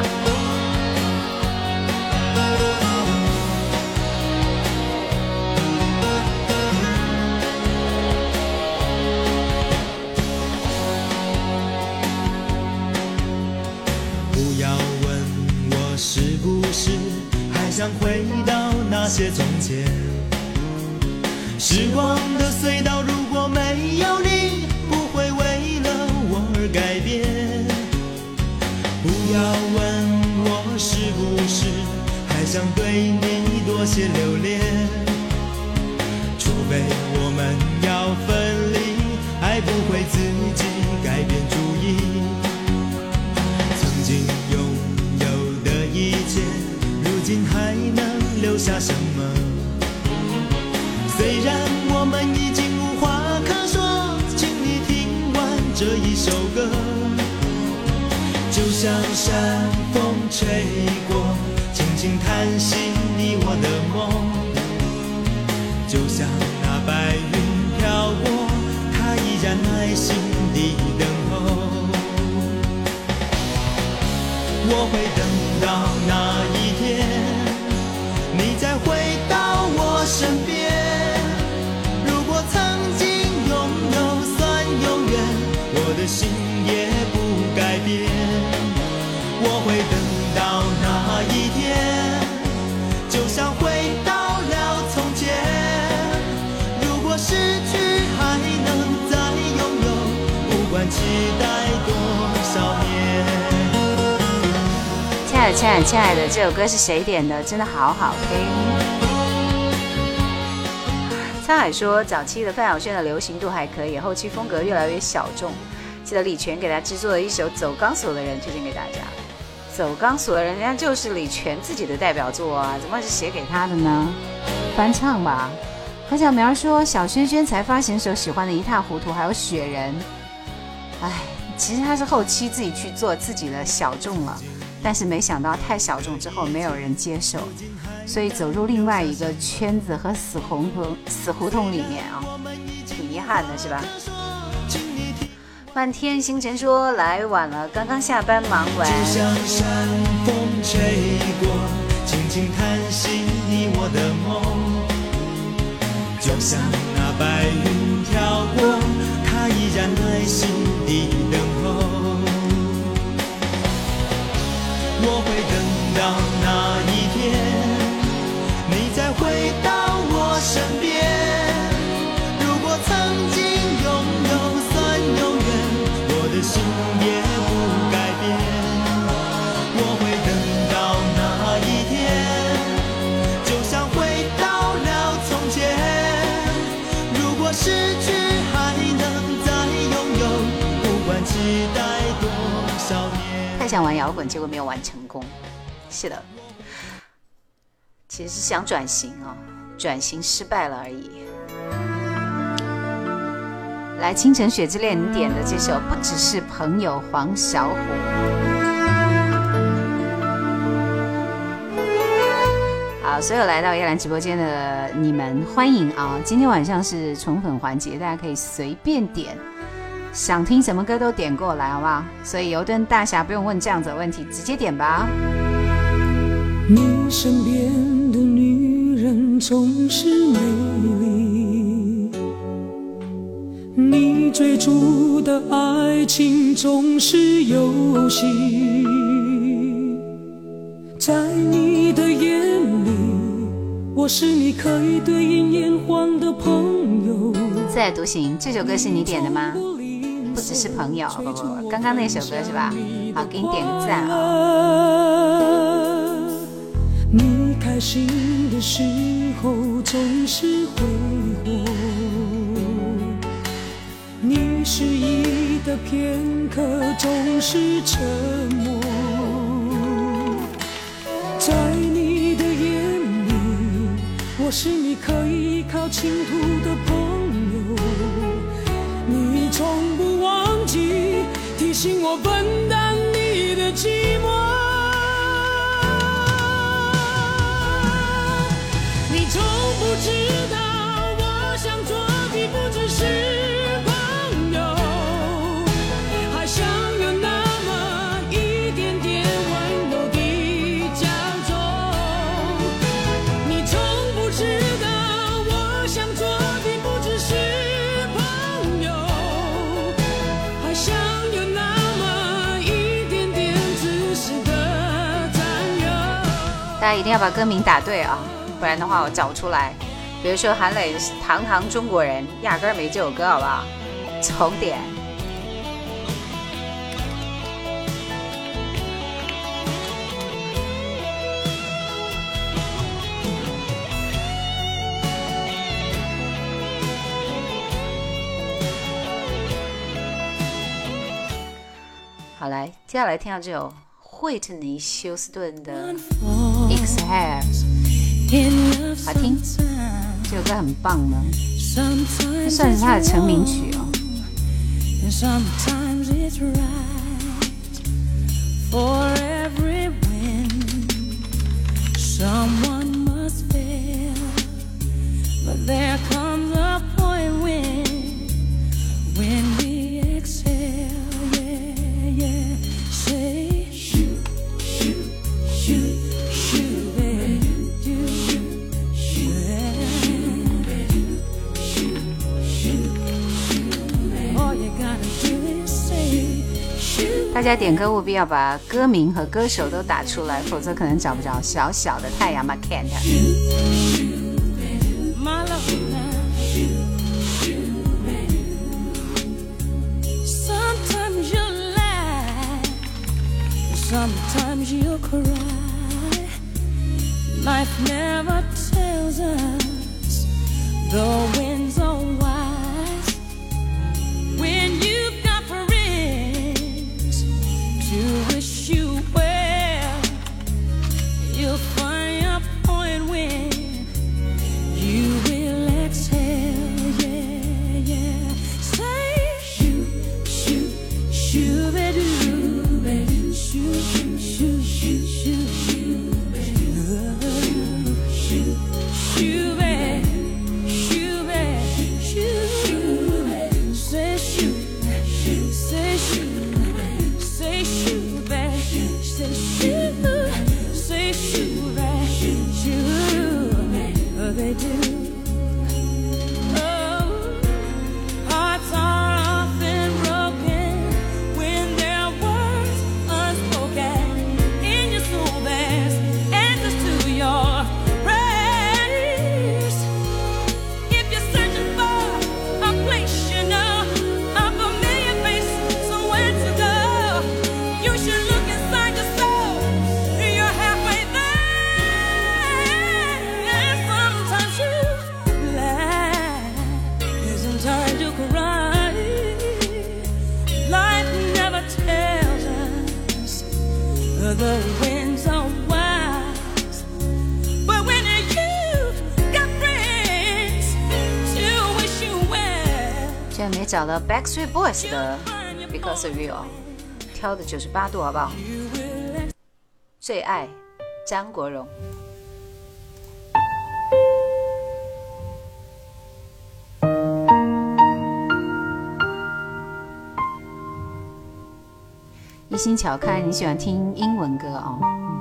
是不是还想回到那些从前？时光的隧道，如果没有你，不会为了我而改变。不要问我是不是还想对你多些留恋，除非我们要分离，爱不会自己改变主意。曾经拥一切，如今还能留下什么？虽然我们已经无话可说，请你听完这一首歌，就像山风吹过，轻轻弹醒你我的梦，就像那白云飘过，它依然耐心地等候。我会等到那一天，你再回到我身边。如果曾经拥有算永远，我的心也不改变。我会等到那一天，就像回到了从前。如果失去还能再拥有，不管期待多少年。 亲爱的，亲爱的，亲爱的，这首歌是谁点的？真的好好听。沧海说，早期的范晓萱的流行度还可以，后期风格越来越小众。记得李泉给他制作的一首《走钢索的人》，推荐给大家。走钢索的人，人家就是李泉自己的代表作啊，怎么会是写给他的呢？翻唱吧。何小苗说，小萱萱才发行时喜欢的一塌糊涂，还有雪人。哎，其实他是后期自己去做自己的小众了。 但是没想到太小众之后没有人接受，所以走入另外一个圈子和死胡同死胡同里面啊，挺遗憾的是吧？漫天星辰说来晚了，刚刚下班忙完。就像山风吹过，轻轻弹醒你我的梦，就像那白云飘过，它依然耐心地等候。 我会等到那一天，你再回到我身边。如果曾经拥有算永远，我的心也不改变。我会等到那一天，就像回到了从前。如果失代多少年。 太想玩摇滚，结果没有玩成功。是的，其实是想转型啊、哦，转型失败了而已。来，倾城雪之恋你点的这首《不只是朋友》，黄小琥。好，所有来到叶兰直播间的你们，欢迎啊！今天晚上是宠粉环节，大家可以随便点，想听什么歌都点过来，好不好？所以油墩大侠不用问这样子的问题，直接点吧。 你身边的女人总是美丽，你追逐的爱情总是游戏，在你的眼里，我是你可以对饮眼光的朋友。 自在独行这首歌是你点的吗？不只是朋友，不不不，刚刚那首歌是吧？好，给你点个赞啊！ 你开心的时候总是挥霍，你失意的片刻总是沉默，在你的眼里，我是你可以依靠倾吐的朋友，你从不忘记提醒我分担你的寂寞，你从不知道我想做的不只是朋友，还想有那么一点点温柔的骄纵，你从不知道我想做的不只是朋友，还想有那么一点点自私的占有。 大家一定要把歌名打对啊，不然的话我找不出来。比如说韩磊的《堂堂中国人》，压根儿没这首歌，好不好？重点。好，来，接下来听到这首惠特尼休斯顿的《Exhale》，好听。这首歌很棒呢，这算是他的成名曲哦。Sometimes it's right for every win, someone must fail, but there comes a point when when we exhale, yeah, yeah, say shoot, shoot, shoot, shoot, baby, shoot, shoot, shoot, shoot, all you gotta do is say shoot。大家点歌务必要把歌名和歌手都打出来，否则可能找不着。小小的太阳嘛 ，Can't。Sometimes you lie, sometimes you cry. Life never tells us the winds are wise. When you've got friends to wish you well, you'll find a point when you will exhale, yeah, yeah. Say shoot, shoot, shoot, baby, baby, shoot, shoot, shoot, shoot, shoot, shoot, shoot, shoot, baby, shoot, baby. 'cause the winds are wise. But when you got friends to wish you well. 居然没找到 Backstreet Boys 的 Because of You， 挑的九十八度好不好？最爱张国荣。一心巧看，你喜欢听英文歌哦。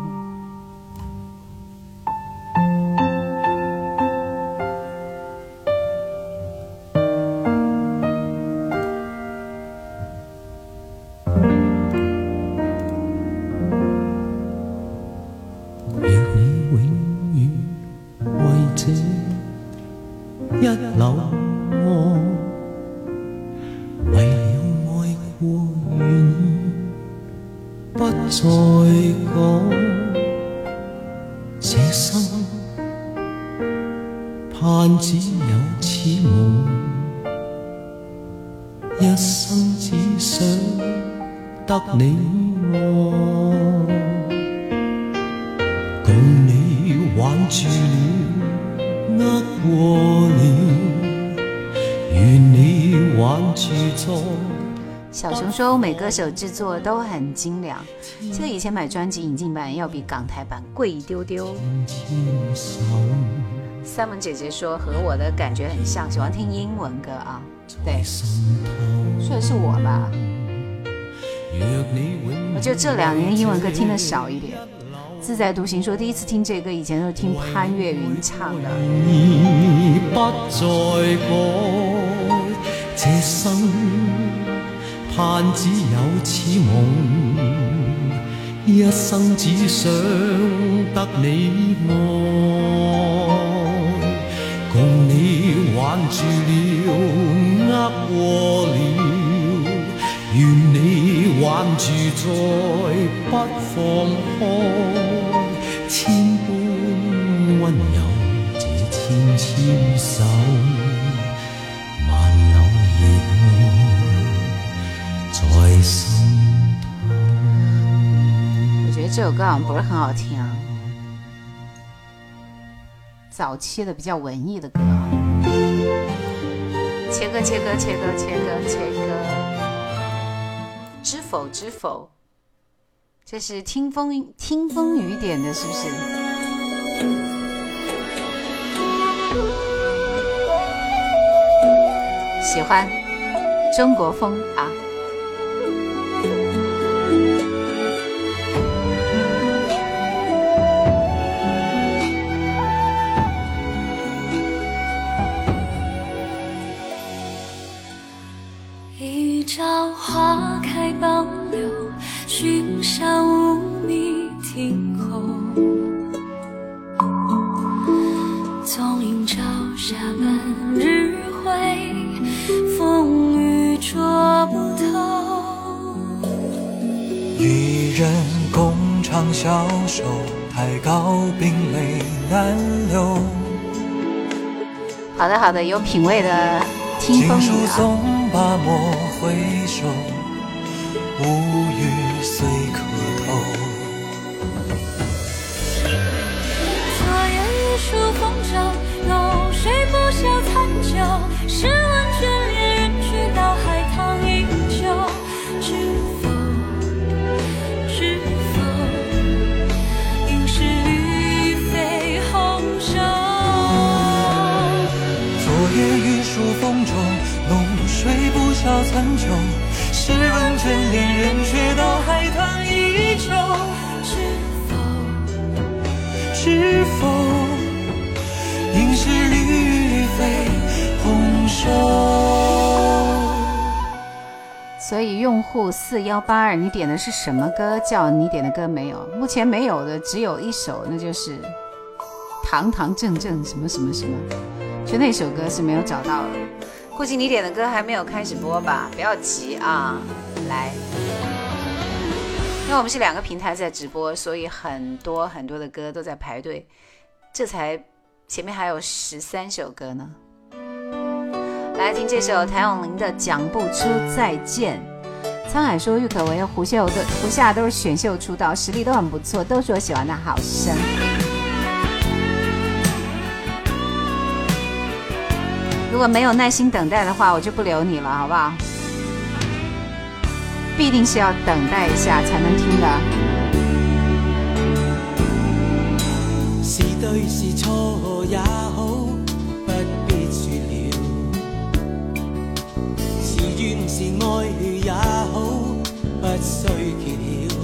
若你永遠為這一縷愛，為了愛過願意不再講，這生盼只有此夢，一生只想得你愛。共你挽住了，握過了，願你挽住在。 小熊说欧美歌手制作都很精良，这个以前买专辑引进版要比港台版贵一丢丢。三文姐姐说和我的感觉很像，喜欢听英文歌啊。对，说的是我吧？我觉得这两年英文歌听的少一点。自在独行说第一次听这歌，以前都是听潘越云唱的。 不再改，這生盼只有此夢，一生只想得你愛，共你挽住了，握過了，願你挽住再不放開。千般溫柔，這纖纖手，萬縷熱愛在心頭。 我覺得這首歌好像不是很好聽啊，早期的比較文藝的歌。切歌切歌切歌切歌切歌，知否知否。这是听风听风雨点的，是不是？喜欢中国风啊！ 一朝花开傍柳，寻山无觅听候，纵饮朝霞半日晖，风雨捉不透。 一人共长消瘦，太高冰泪难流。 好的好的，有品味的听风雨啊。 松把墨回首，无语虽可透。 昨夜雨疏风骤，有谁不消残酒？试问卷帘人去到海棠依旧，知否知否，应是绿肥红瘦。 昨夜雨疏风骤，浓水不消残酒。试问卷帘人却道海棠依旧。 知否知否，应是绿肥红瘦。 所以用户四一八二，你点的是什么歌？叫你点的歌没有？目前没有的只有一首，那就是堂堂正正什么什么什么，就那首歌是没有找到的。估计你点的歌还没有开始播吧，不要急啊，来。因为我们是两个平台在直播，所以很多很多的歌都在排队，这才前面还有十三首歌呢。来听这首谭咏麟的《讲不出再见》。 沧海说郁可唯和胡秀的胡夏都是选秀出道，实力都很不错，都是我喜欢的好声。如果没有耐心等待的话，我就不留你了，好不好？必定是要等待一下才能听的。 是對是錯也好，不必說了。是怨是愛也好，不需揭曉。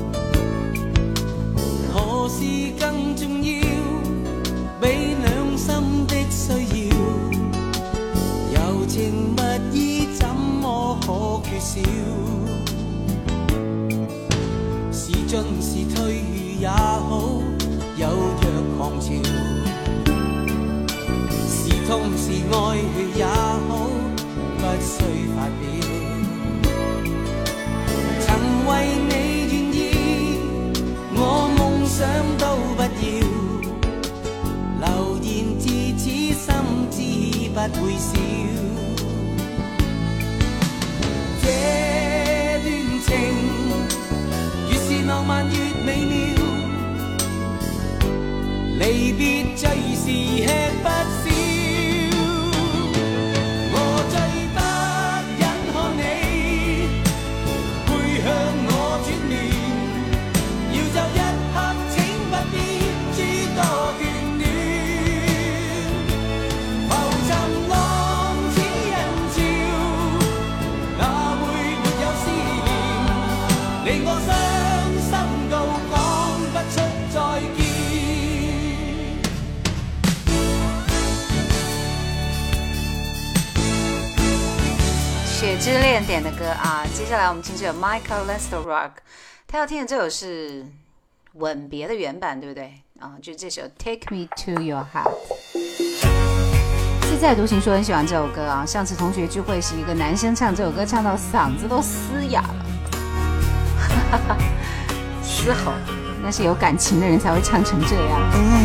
何事更重要？比兩心的需要。柔情蜜意怎麼可缺少？是進是退也好，有若狂潮。是痛是愛也好，不需發表。曾為你願意，我夢想都不要。流言自此心知不會少。這段情越是浪漫越美妙，離別最是吃不消。我最不忍看你背向我轉面，要走一刻請不必諸多眷戀。浮沉浪似人潮，哪會沒有思念？令我傷心到講不出再見。 雪之恋点的歌啊，接下来我们听这首 Michael Lesterrock， 他要听的这首是吻别的原版，对不对啊？就是这首 Take Me to Your Heart。自在独行说很喜欢这首歌啊，上次同学聚会时，一个男生唱这首歌唱到嗓子都嘶哑了，嘶吼，那是有感情的人才会唱成这样。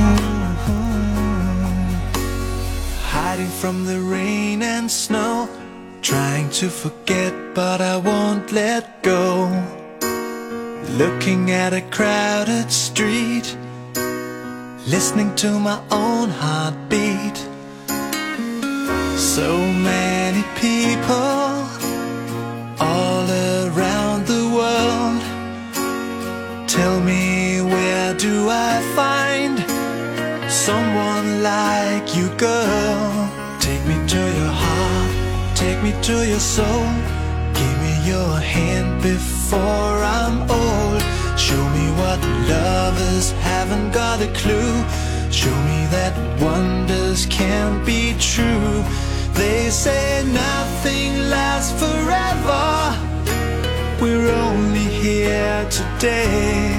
Hiding from the rain and snow, trying to forget but I won't let go. Looking at a crowded street, listening to my own heartbeat. So many people all around the world. Tell me, where do I find someone like you, girl? Take me to your heart, take me to your soul. Give me your hand before I'm old. Show me what lovers haven't got a clue. Show me that wonders can't be true. They say nothing lasts forever. We're only here today.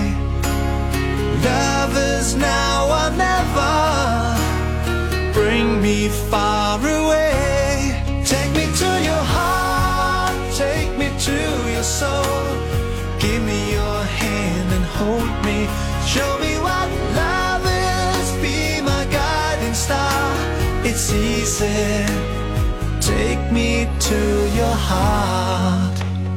Lovers now or never. Bring me far away. Take me to your heart, take me to your soul. Give me your hand and hold me. Show me what love is, be my guiding star. It's easy, take me to your heart.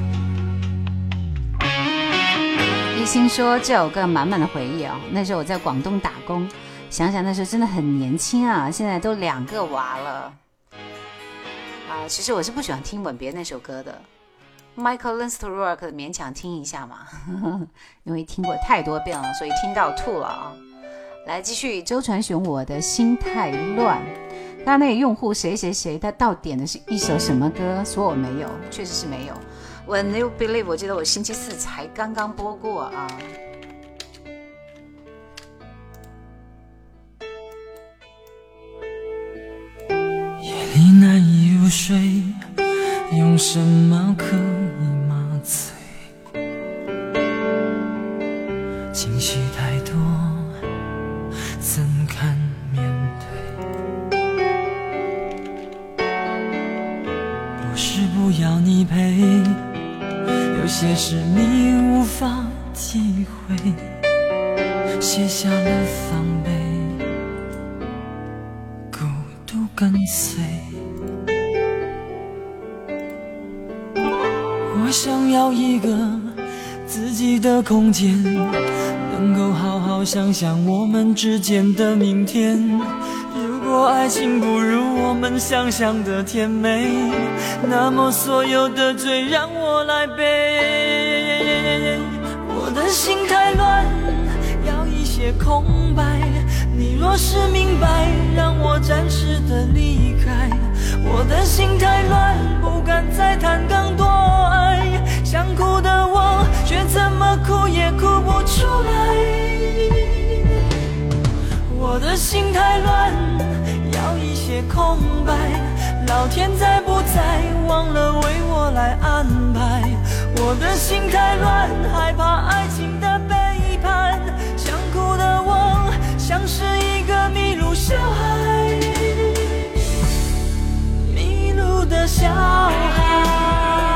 一心说这首歌满满的回忆哦，那时候我在广东打工，想想那时候真的很年轻啊，现在都两个娃了。啊，其实我是不喜欢听《吻别》那首歌的 ，Michael Lesterrock 勉强听一下嘛，呵呵，因为听过太多遍了，所以听到吐了啊。来继续，周传雄，我的心太乱。刚刚那个用户谁谁谁，他到点的是一首什么歌？说我没有，确实是没有。When You Believe， 我记得我星期四才刚刚播过啊。 夜里难以入睡，用什么可以麻醉？情绪太多，怎敢面对？不是不要你陪，有些事你无法体会，卸下了防备，孤独跟随。我我想要一个自己的空间，能够好好想想我们之间的明天。如果爱情不如我们想象的甜美，那么所有的罪让我来背。我的心太乱，要一些空白，你若是明白，让我暂时的离开。我的心太乱，不敢再谈更多爱，想哭的我却怎么哭也哭不出来。我的心太乱，要一些空白，老天在不在忘了为我来安排。我的心太乱，害怕爱情的背叛，想哭的我像是一个迷路小孩，迷路的小孩。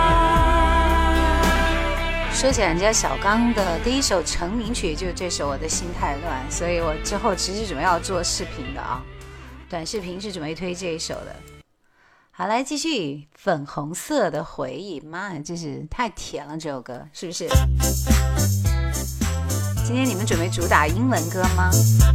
说起来，人家小刚的第一首成名曲就是这首《我的心太乱》，所以我之后其实准备要做视频的啊，短视频是准备推这一首的。好，来继续粉红色的回忆，妈呀，真是太甜了，这首歌是不是？今天你们准备主打英文歌吗？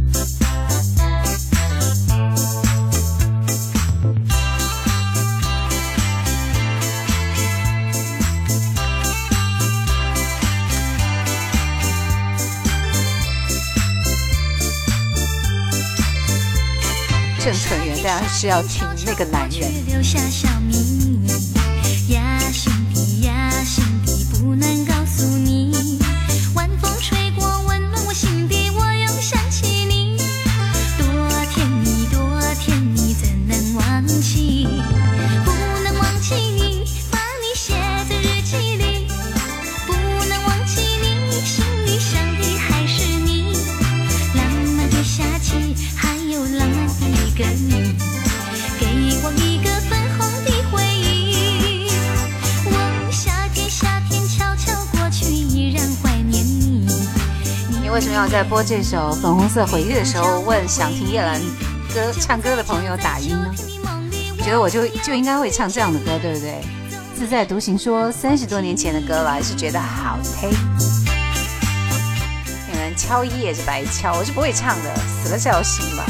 郑成元当然是要听那个男人。 留下小秘密呀，兄弟呀，兄弟不能告诉你。晚风吹过，温暖我心底，我又想起你。多甜蜜，多甜蜜，怎能忘记？不能忘记你，把你写在日记里。不能忘记你，心里想的还是你。浪漫的夏季，还有浪漫的一个你，给我一个粉红的回忆。我夏天夏天悄悄过去，依然怀念你。 你为什么要在播这首《粉红色回忆》的时候问想听叶兰歌唱歌的朋友打音呢？我觉得我就就应该会唱这样的歌，对不对？自在独行说三十多年前的歌了，还是觉得好听。有人敲一也是白敲，我是不会唱的，死了才有心吧。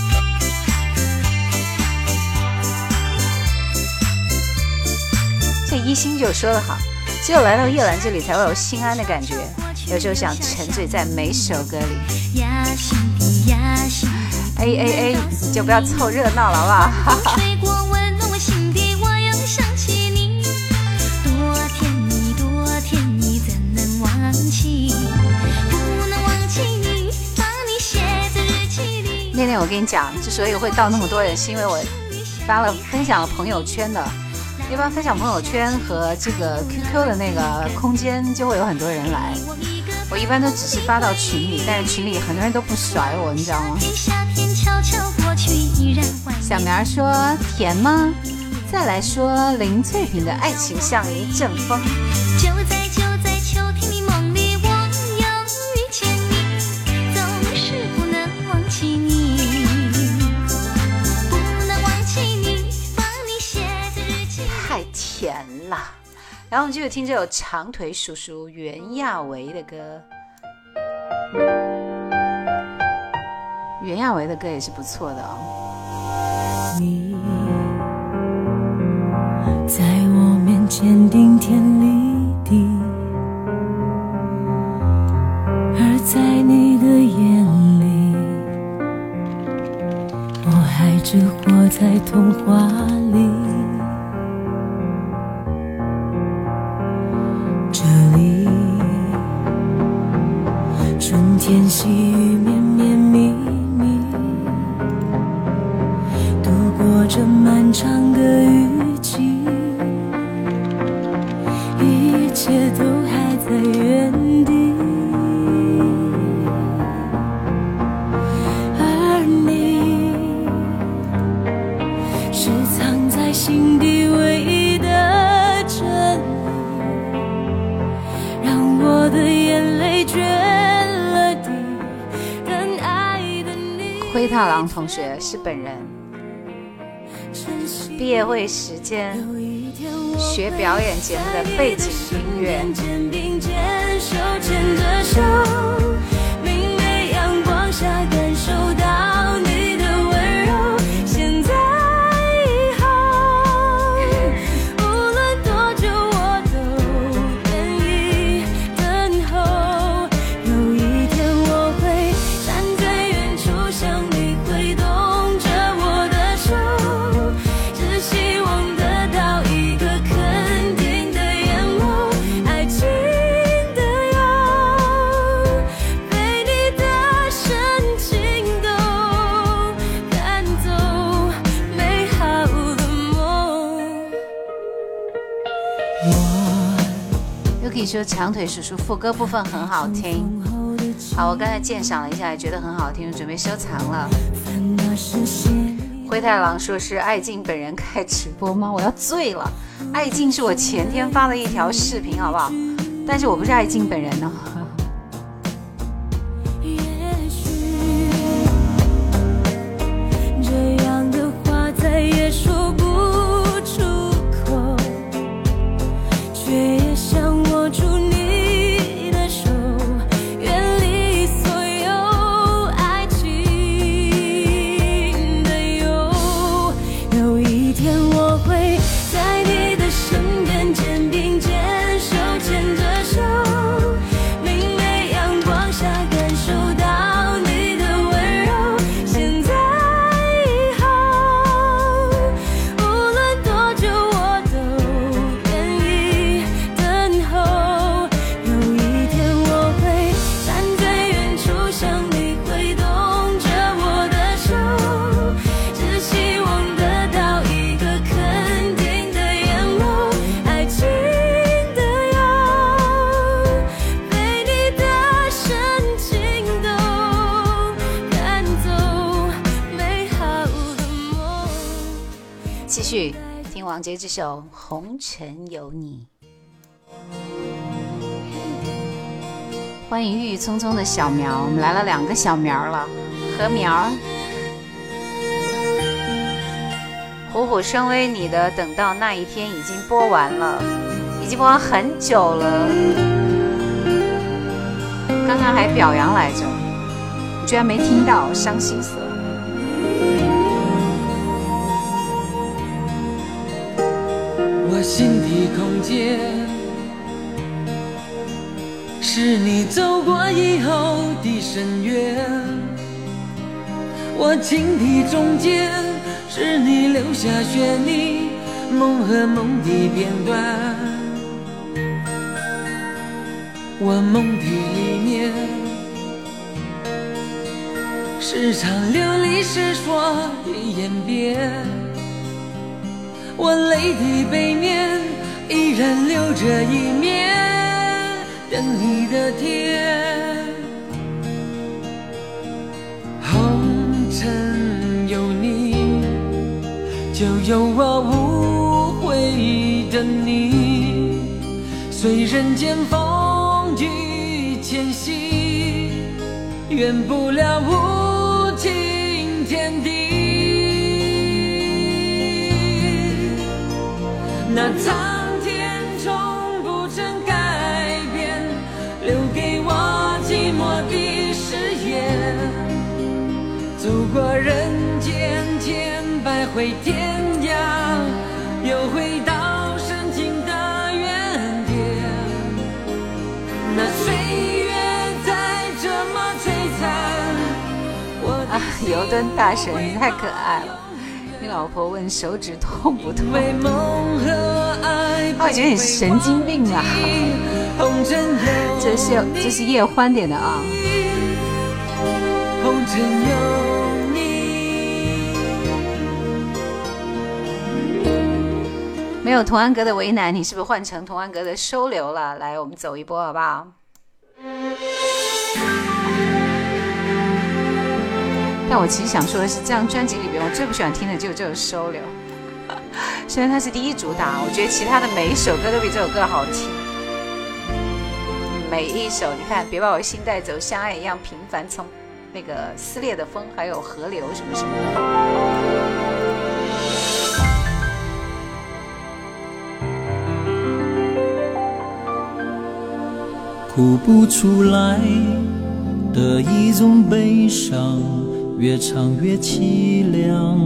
这一心就说得好，只有来到叶兰这里才会有心安的感觉，有时候想沉醉在每首歌里。哎哎哎，你就不要凑热闹了好不好？ 吹过温暖我心底，我又想起你。多甜蜜，多甜蜜，怎能忘记？不能忘记你，把你写在日记里。 那天我跟你讲，之所以会到那么多人，是因为我发了分享了朋友圈的。一般分享朋友圈和这个 Q Q 的那个空间就会有很多人来，我一般都只是发到群里，但是群里很多人都不甩我，你知道吗？小苗说甜吗？再来说林翠萍的爱情像一阵风。 就在就在秋天的梦里，我又遇见你，总是不能忘记你，不能忘记你，把你写在日记里。 太甜了。然后我们继续听这首长腿叔叔袁娅维的歌。袁娅维的歌也是不错的哦。 你在我面前顶天立地，而在你的眼里，我还只活在童话里。这里春天细雨绵绵密密，度过这漫长的雨季，一切都还在原地，而你是藏在心底唯一的真理，让我的眼泪决了堤，更爱的你。 灰太狼同学是本人。毕业会时间学表演节目的背景音乐。 肩并肩，手牵着手，明媚阳光下感受到你的温柔。现在以后，无论多久我都愿意等候。有一天我会站在远处向你挥动着我的手，只希望得到一个肯定的眼眸。爱情的药，被你的深情都赶走美好的梦。 Yuki 说长腿叔叔副歌部分很好听。好，我刚才鉴赏了一下，也觉得很好听，准备收藏了。灰太狼说是爱静本人开直播吗？我要醉了。爱静是我前天发的一条视频，好不好？但是我不是爱静本人呢。 这样的话再也说不出口，却也想握住你的手，远离所有爱情的忧。有一天我会在你的身边，肩并肩，手牵着手，明媚阳光下感受到你的温柔。现在以后，无论多久我都愿意等候。有一天我会站在远处向你挥动着我的手，只希望得到一个肯定的眼眸。爱情的药，被你的深情都赶走美好的梦。 继续听王杰这首《红尘有你》。欢迎郁郁葱葱的小苗，我们来了两个小苗了，禾苗。虎虎生威，你的等到那一天已经播完了，已经播完很久了。刚刚还表扬来着，你居然没听到，伤心死了。 我心的空间，是你走过以后的深渊。我情的中间，是你留下旋律，梦和梦的片段。我梦的里面，是场流离失所的演变。我泪的背面，依然留着一面等你的天。红尘有你，就有我无悔的你。随人间风雨迁徙，圆不了无情天地。那苍天从不曾改变，留给我寂寞的誓言。走过人间千百回天涯，又回到深情的原点。那岁月再这么摧残，我啊，油墩大神你太可爱了。你老婆问手指痛不痛？我觉得你神经病啊！这是这是叶欢点的啊。 红尘有你， 没有童安格的为难，你是不是换成童安格的收留了？来，我们走一波好不好？但我其实想说的是，这张专辑里边我最不喜欢听的就是这首《收留》，虽然它是第一主打，我觉得其他的每一首歌都比这首歌好听。每一首，你看，别把我心带走，像爱一样平凡，从那个撕裂的风，还有河流什么什么的。 哭不出来的一种悲伤，越唱越凄凉。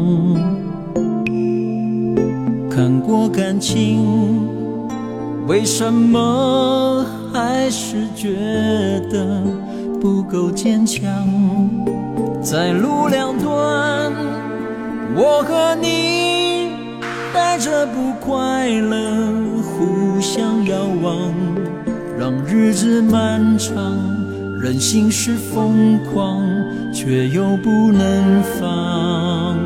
看过感情，为什么还是觉得不够坚强？在路两端，我和你带着不快乐互相遥望，让日子漫长，人心是疯狂，却又不能放。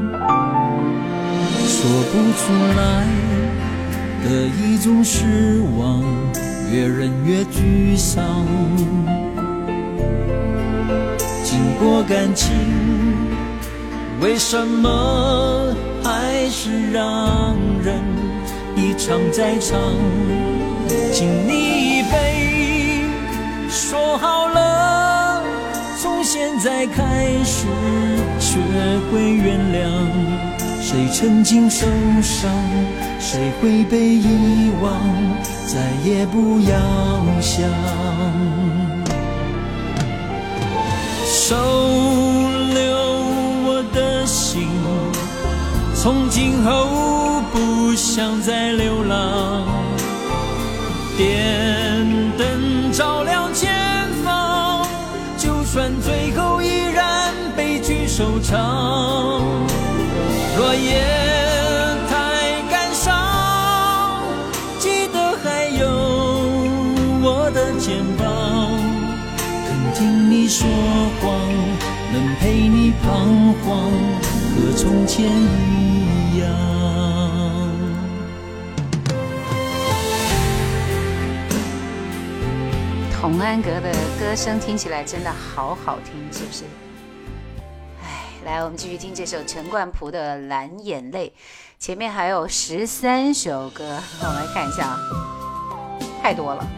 说不出来的一种失望，越忍越沮丧。经过感情，为什么还是让人一场再场？敬你一杯，说好了，从现在开始学会原谅。谁曾经受伤，谁会被遗忘，再也不要想。收留我的心，从今后不想再流浪。电灯照亮前方，就算最后依然悲剧收场。若夜太感伤，记得还有我的肩膀，肯听你说谎，能陪你彷徨，和从前一样。 童安格的歌声听起来真的好好听，是不是？来，我们继续听这首陈冠蒲的《蓝眼泪》，前面还有十三首歌，我们来看一下，太多了。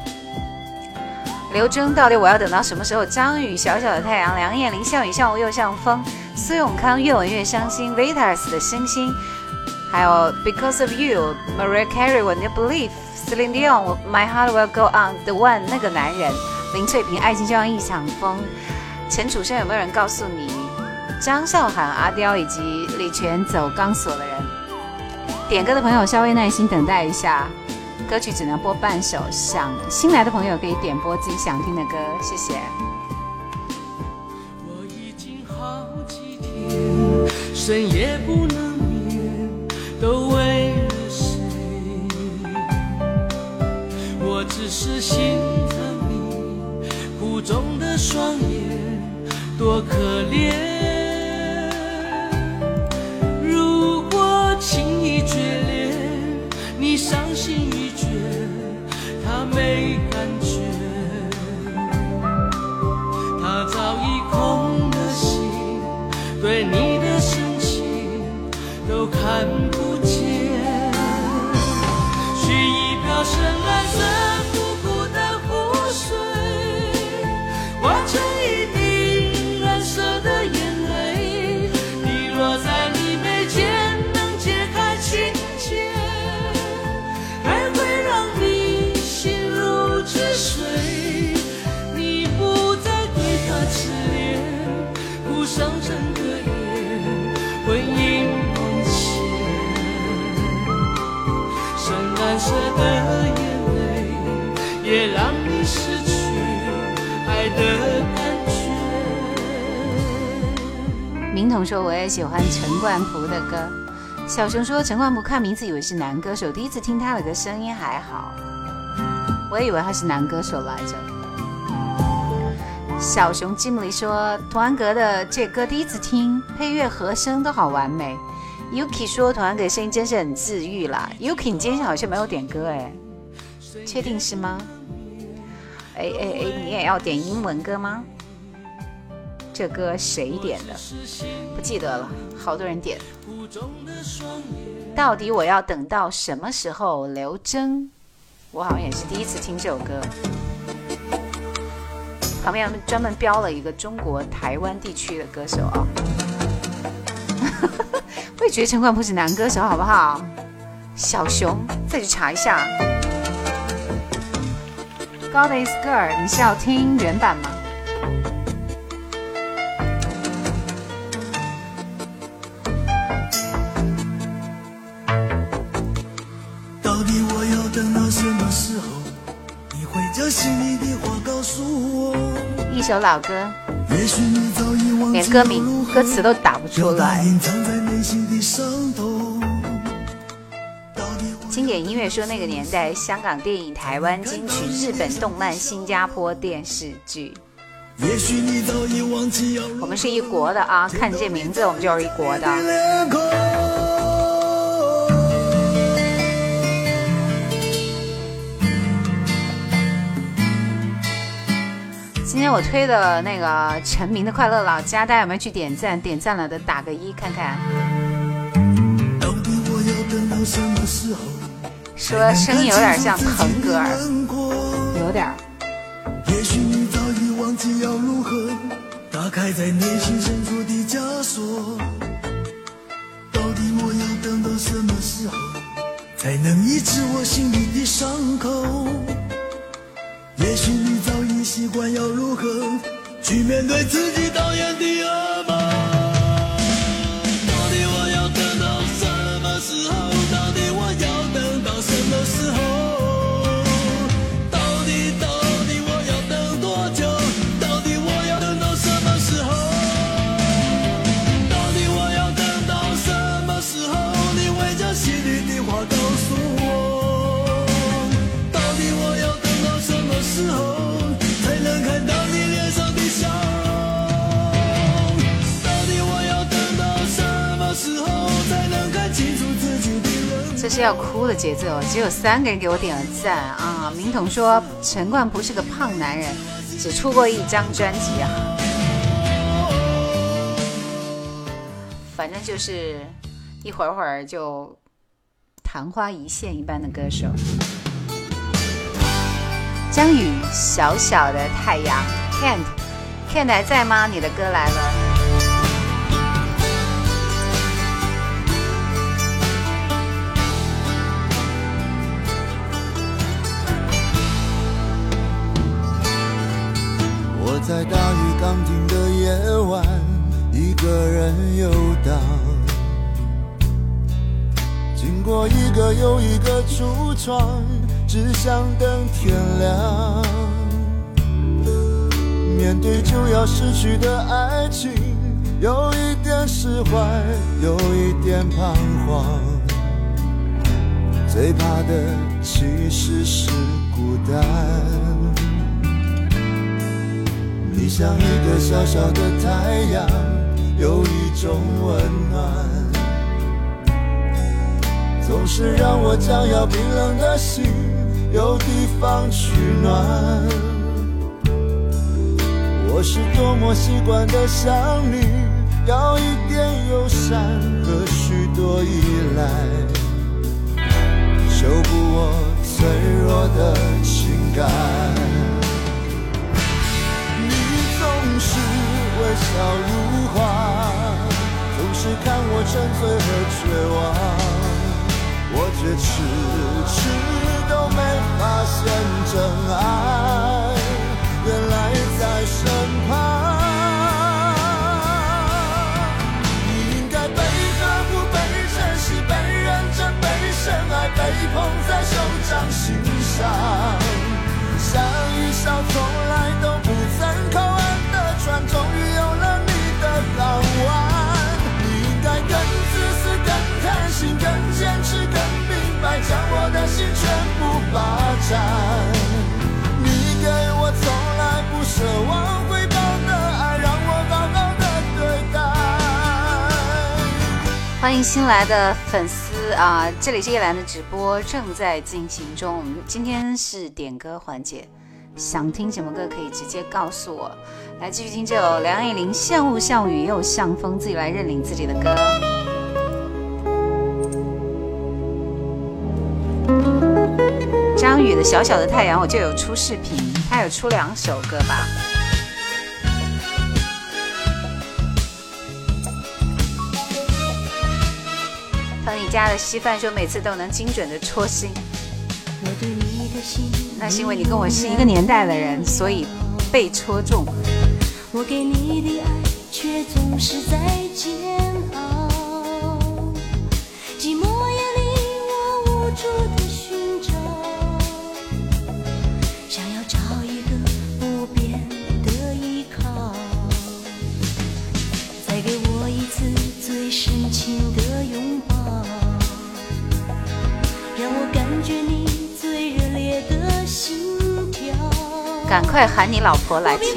刘铮，到底我要等到什么时候？张宇，小小的太阳，梁艳玲，像雨像雾又像风，苏永康，越吻越伤心 ，Vitas 的星星，还有 Because of You，Mariah Carey， When You Believe，Celine Dion，My Heart Will Go On，The One， 那个男人，林翠萍，爱情就像一场风。陈楚生，有没有人告诉你？张韶涵、阿刁以及李泉走钢索的人，点歌的朋友稍微耐心等待一下，歌曲只能播半首，想新来的朋友可以点播自己想听的歌，谢谢。 我已经好几天深夜不能眠，都为了谁？我只是心疼你苦肿的双眼，多可怜。情意决裂，你伤心欲绝，他没感觉，他早已空的心，对你的深情都看不见。取一瓢深蓝色苦苦的湖水，化成一滴蓝色的眼泪，滴落在你眉间。情节还会让你心如止水，你不再对他痴恋，哭上整个夜，婚姻梦前，深蓝色的眼泪也让你失去爱的感觉。 明彤说我也喜欢陈冠蒲的歌。小熊说陈冠蒲看名字以为是男歌手，第一次听他的歌声音还好，我也以为他是男歌手来着。小熊 Jimmy 说童安格的这歌第一次听，配乐和声都好完美。Yuki 说童安格声音真是很治愈啦。Yuki 你今天好像没有点歌哎，确定是吗？哎哎哎，你也要点英文歌吗？这歌谁点的？不记得了，好多人点。到底我要等到什么时候？刘铮，我好像也是第一次听这首歌。旁边专门标了一个中国台湾地区的歌手啊。我也觉得陈冠蒲是男歌手，好不好？小熊，再去查一下。 God is Girl， 你是要听原版吗？ 到底我要等到什么时候，你会将心里的话告诉我？ 一首老歌， 也许你早已忘记连歌名、歌词都打不出来。 隐藏在内心的伤痛。 经典音乐说那个年代，香港电影、台湾金曲、日本动漫、新加坡电视剧。 也许你早已忘记要我们是一国的啊，看这名字我们就是一国的。今天我推的那个陈明的快乐老家，大家有没有去点赞？点赞了的打个一看看。 到底我要等到什么时候？ 说声音有点像腾格尔，有点。 也许你早已忘记要如何打开在内心深处的枷锁。到底我要等到什么时候，才能医治我心里的伤口？也许你早已习惯要如何去面对自己导演的噩梦。到底我要等到什么时候？到底我要等到什么时候？到底到底我要等多久？到底我要等到什么时候？到底我要等到什么时候？你会将心里的话告诉我？到底我要等到什么时候才能看到你脸上的笑容？到底我要等到什么时候才能看清楚自己的人？ 这是要哭的节奏，只有三个人给我点了赞啊！明彤说陈冠不是个胖男人，只出过一张专辑啊。反正就是一会儿会儿就昙花一现一般的歌手。张宇小小的太阳 Kent Kent 还在吗？你的歌来了。 我在大雨刚停的夜晚，一个人游荡，经过一个又一个橱窗，只想等天亮。面对就要失去的爱情，有一点释怀，有一点彷徨。最怕的其实是孤单。你像一个小小的太阳，有一种温暖，总是让我将要冰冷的心有地方取暖。我是多么习惯的想你，要一点友善和许多依赖，修补我脆弱的情感。总是微笑如花，总是看我沉醉和绝望，我却迟迟都没发现真爱原来在身旁。你应该被呵护，被珍惜，被认真，被深爱，被捧在手掌心上，像一艘从来都不曾靠岸的船，终于有了你的港湾。你应该更自私，更贪心，更坚持，更明白，将我的心全部霸占。你给我从来不奢望回报的爱，让我好好的对待。 欢迎新来的粉丝啊！这里是叶兰的直播正在进行中，我们今天是点歌环节，想听什么歌可以直接告诉我。来继续听这首梁咏麟《像雾像雨又像风》，自己来认领自己的歌。张宇的小小的太阳我就有出视频，他有出两首歌吧。朋友你家的稀饭说每次都能精准的戳心， 那是因为你跟我是一个年代的人，所以被戳中。 我给你的爱却总是在煎熬，寂寞也令我无助的寻找，想要找一个不变的依靠，再给我一次最深情的拥抱，让我感觉你最热烈的心跳。 赶快喊你老婆来听，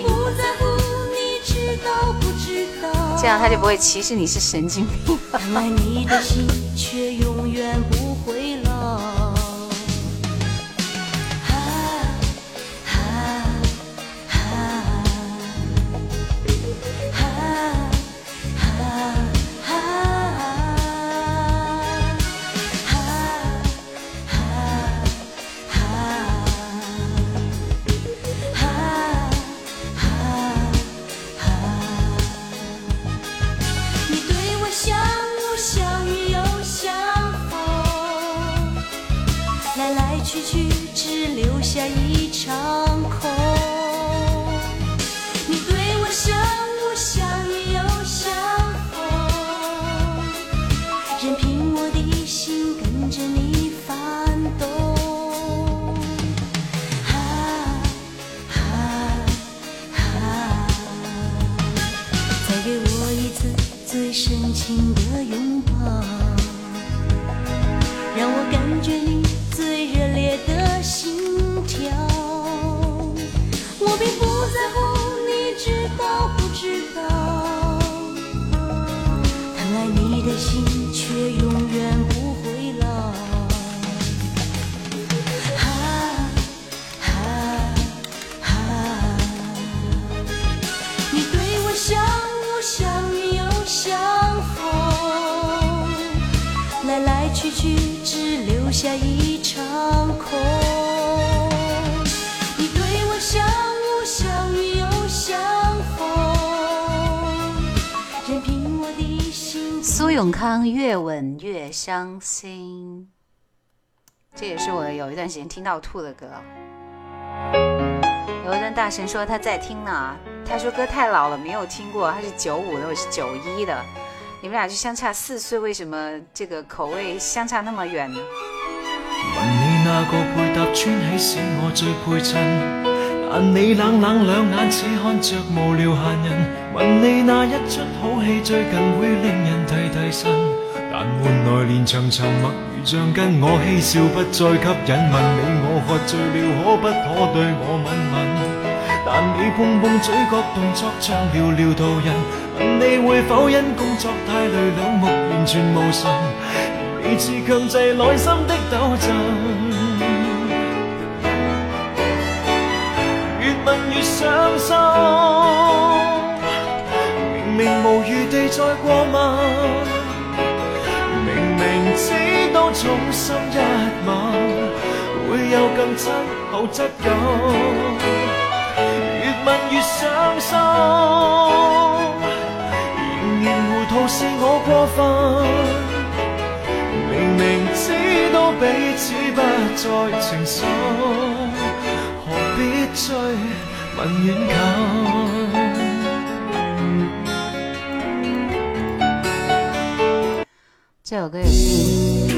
这样他就不会歧视你是神经病。 原来你的心却永远不会老。去去只留下一场空，你对我相互相依又相逢，任凭我的心跟着你翻动。啊啊啊！再给我一次最深情的拥抱，让我感觉你最热烈的心跳，我并不在乎你知道不知道，疼爱你的心却永远不会老。啊啊啊！你对我相互相依又相逢，来来去去只留下一场空，你对我相互相依又相逢，任凭我的心。 苏永康越吻越伤心，这也是我有一段时间听到吐的歌。有一段大神说他在听呢，他说歌太老了没有听过，他是九五的，我是九一的，你们俩就相差四岁，为什么这个口味相差那么远呢？ 問你那個配搭穿起使我最配襯，但你冷冷兩眼似看着無聊閒人。問你那一出好戲最近會令人提提神，但換來連場沉默如像跟我嬉笑不再吸引。問你我喝醉了可不可對我吻吻？但你碰碰嘴角動作像寥寥途人。問你會否因工作太累兩目完全無神？你自強制內心的抖震，越問越傷心，明明無餘地再過問，明明知道重心一吻會有更親厚質感，越問越傷心，仍然糊塗是我過分。明明知道彼此不再情深，何必追問遠近？这首歌也是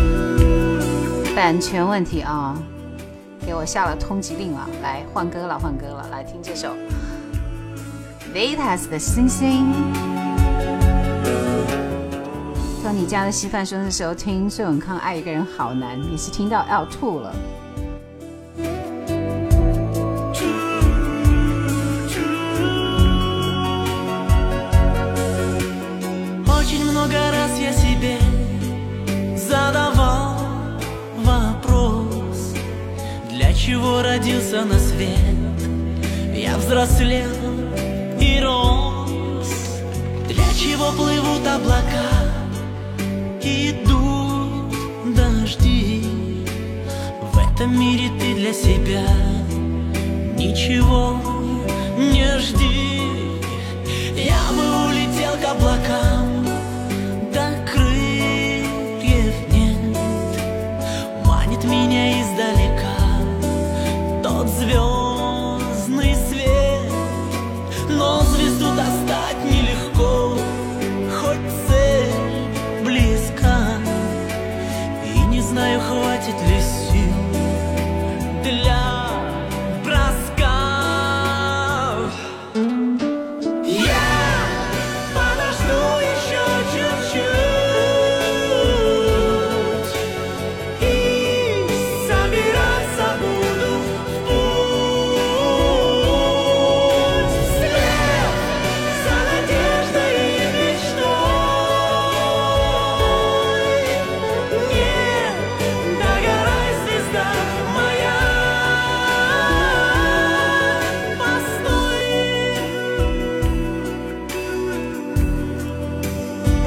版权问题啊，给我下了通缉令了。来换歌了，换歌了，来听这首 Vetas 的星星。到你家的稀饭说的时候听苏永康爱一个人好难，也是听到要吐了。 Очень много раз я себе задавал вопрос, для чего родился на свет. Я взрослел и рос, для чего плывут облака.И идут дожди. В этом мире ты для себя ничего не жди. Я бы улетел к облакам, да крыльев нет. Манит меня издалека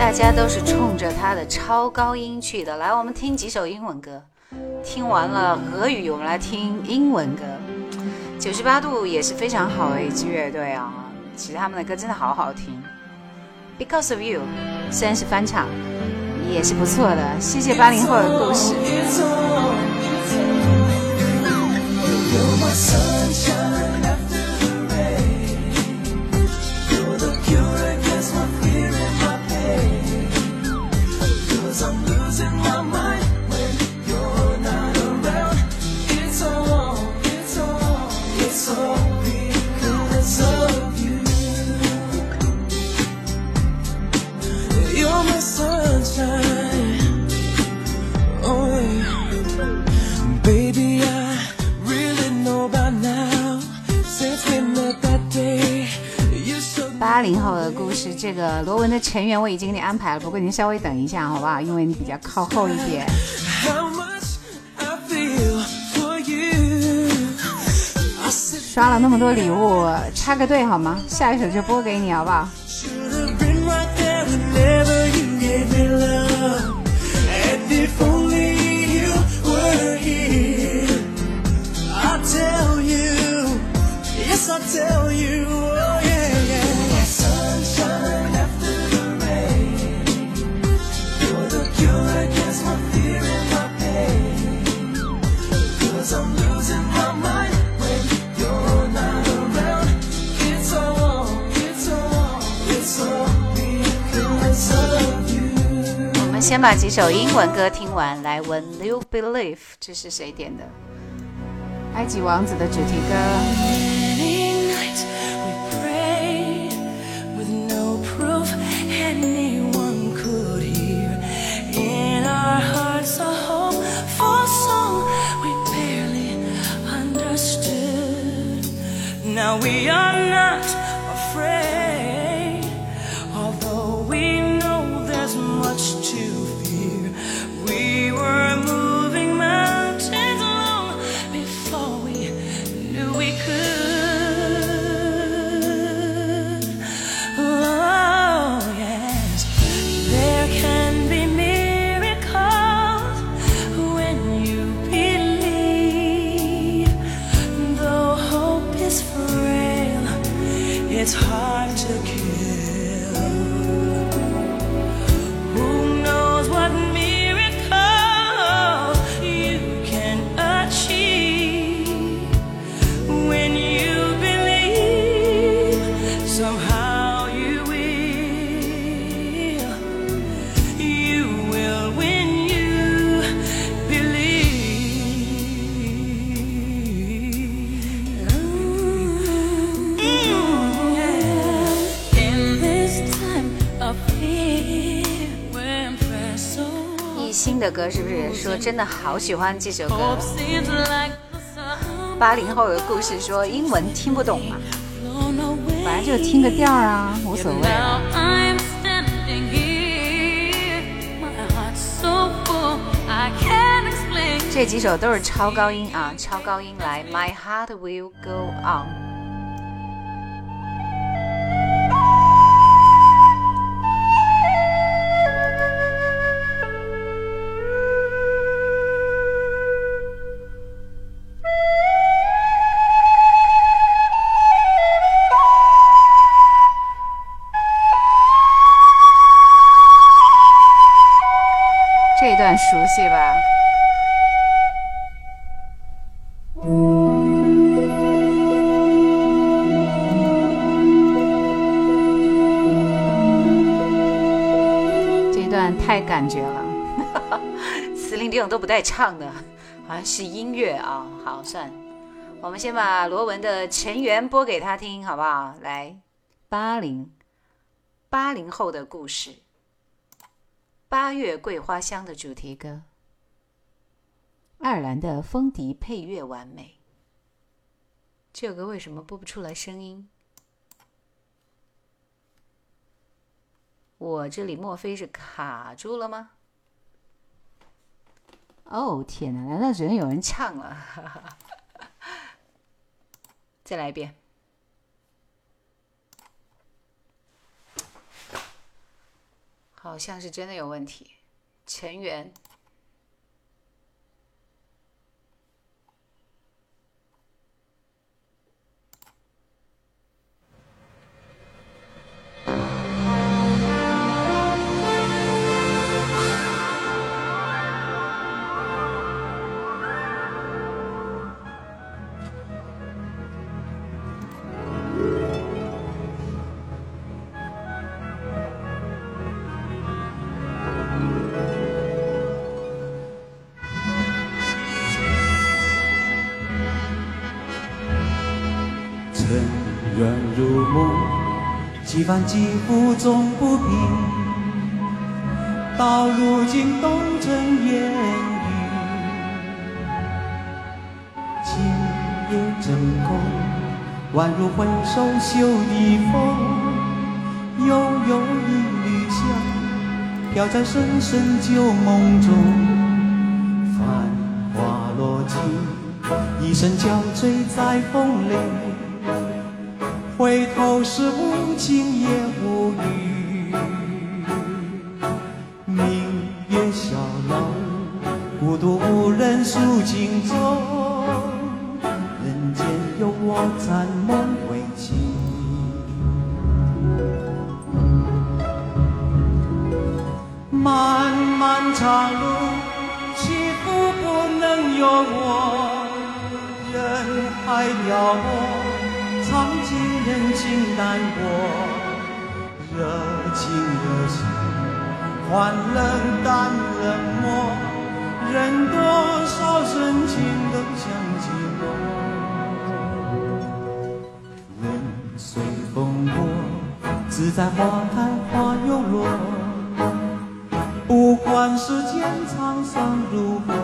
大家都是冲着他的超高音去的。来，我们听几首英文歌，听完了俄语，我们来听英文歌。九十八度也是非常好的一支乐队啊，其实他们的歌真的好好听。Because of You 虽然是翻唱，也是不错的。谢谢八零后的故事。八零后的故事，这个罗文的成员我已经给你安排了，不过您稍微等一下好不好？因为你比较靠后一点。刷了那么多礼物，插个队好吗？下一首就播给你好不好？先把几首英文歌听完，来 When You Believe 这是谁点的？埃及王子的主题歌。 Now we are not afraid, although we know there's much to fear. We were moving mountains long before we knew we could. Oh yes, there can be miracles when you believe. Though hope is frail, it's hard to kill. Who knows what miracle you can achieve when you believe? Somehow you will, you will when you believe. Mm, yeah. In this time of fear, when pressed so 艺兴的歌是不是？说真的好喜欢这首歌。 hope seems like the sun 八零后的故事说英文听不懂嘛， blown away. 反正就听个调啊，无所谓。 Now I'm standing here, my heart's so full, I can't explain. 这几首都是超高音啊，超高音来 My Heart Will Go On。这段熟悉吧？这段太感觉了，司令这种都不带唱的，好像是音乐啊。好，算，我们先把罗文的成员播给他听，好不好？来，八零八零后的故事。八月桂花香的主题歌，爱尔兰的风笛配乐完美。这首歌为什么播不出来声音？我这里莫非是卡住了吗？哦天哪，难道只能有人唱了？再来一遍。 好像是真的有问题。成员。 愿如梦，几番几幅总不平，到如今冻成烟雨。今夜正空，宛如回首袖的风，悠悠一缕香，飘在深深旧梦中。繁花落尽，一身憔悴在风里。回头是无情也无语，明月小楼，孤独无人诉情衷，人间有我残梦未尽。漫漫长路，起伏不能由我，人海漂泊，藏尽人情淡薄，热情热情，换冷淡冷漠，任多少深情都像寂寞。人随风过，自在花开花又落，不管世间沧桑如何，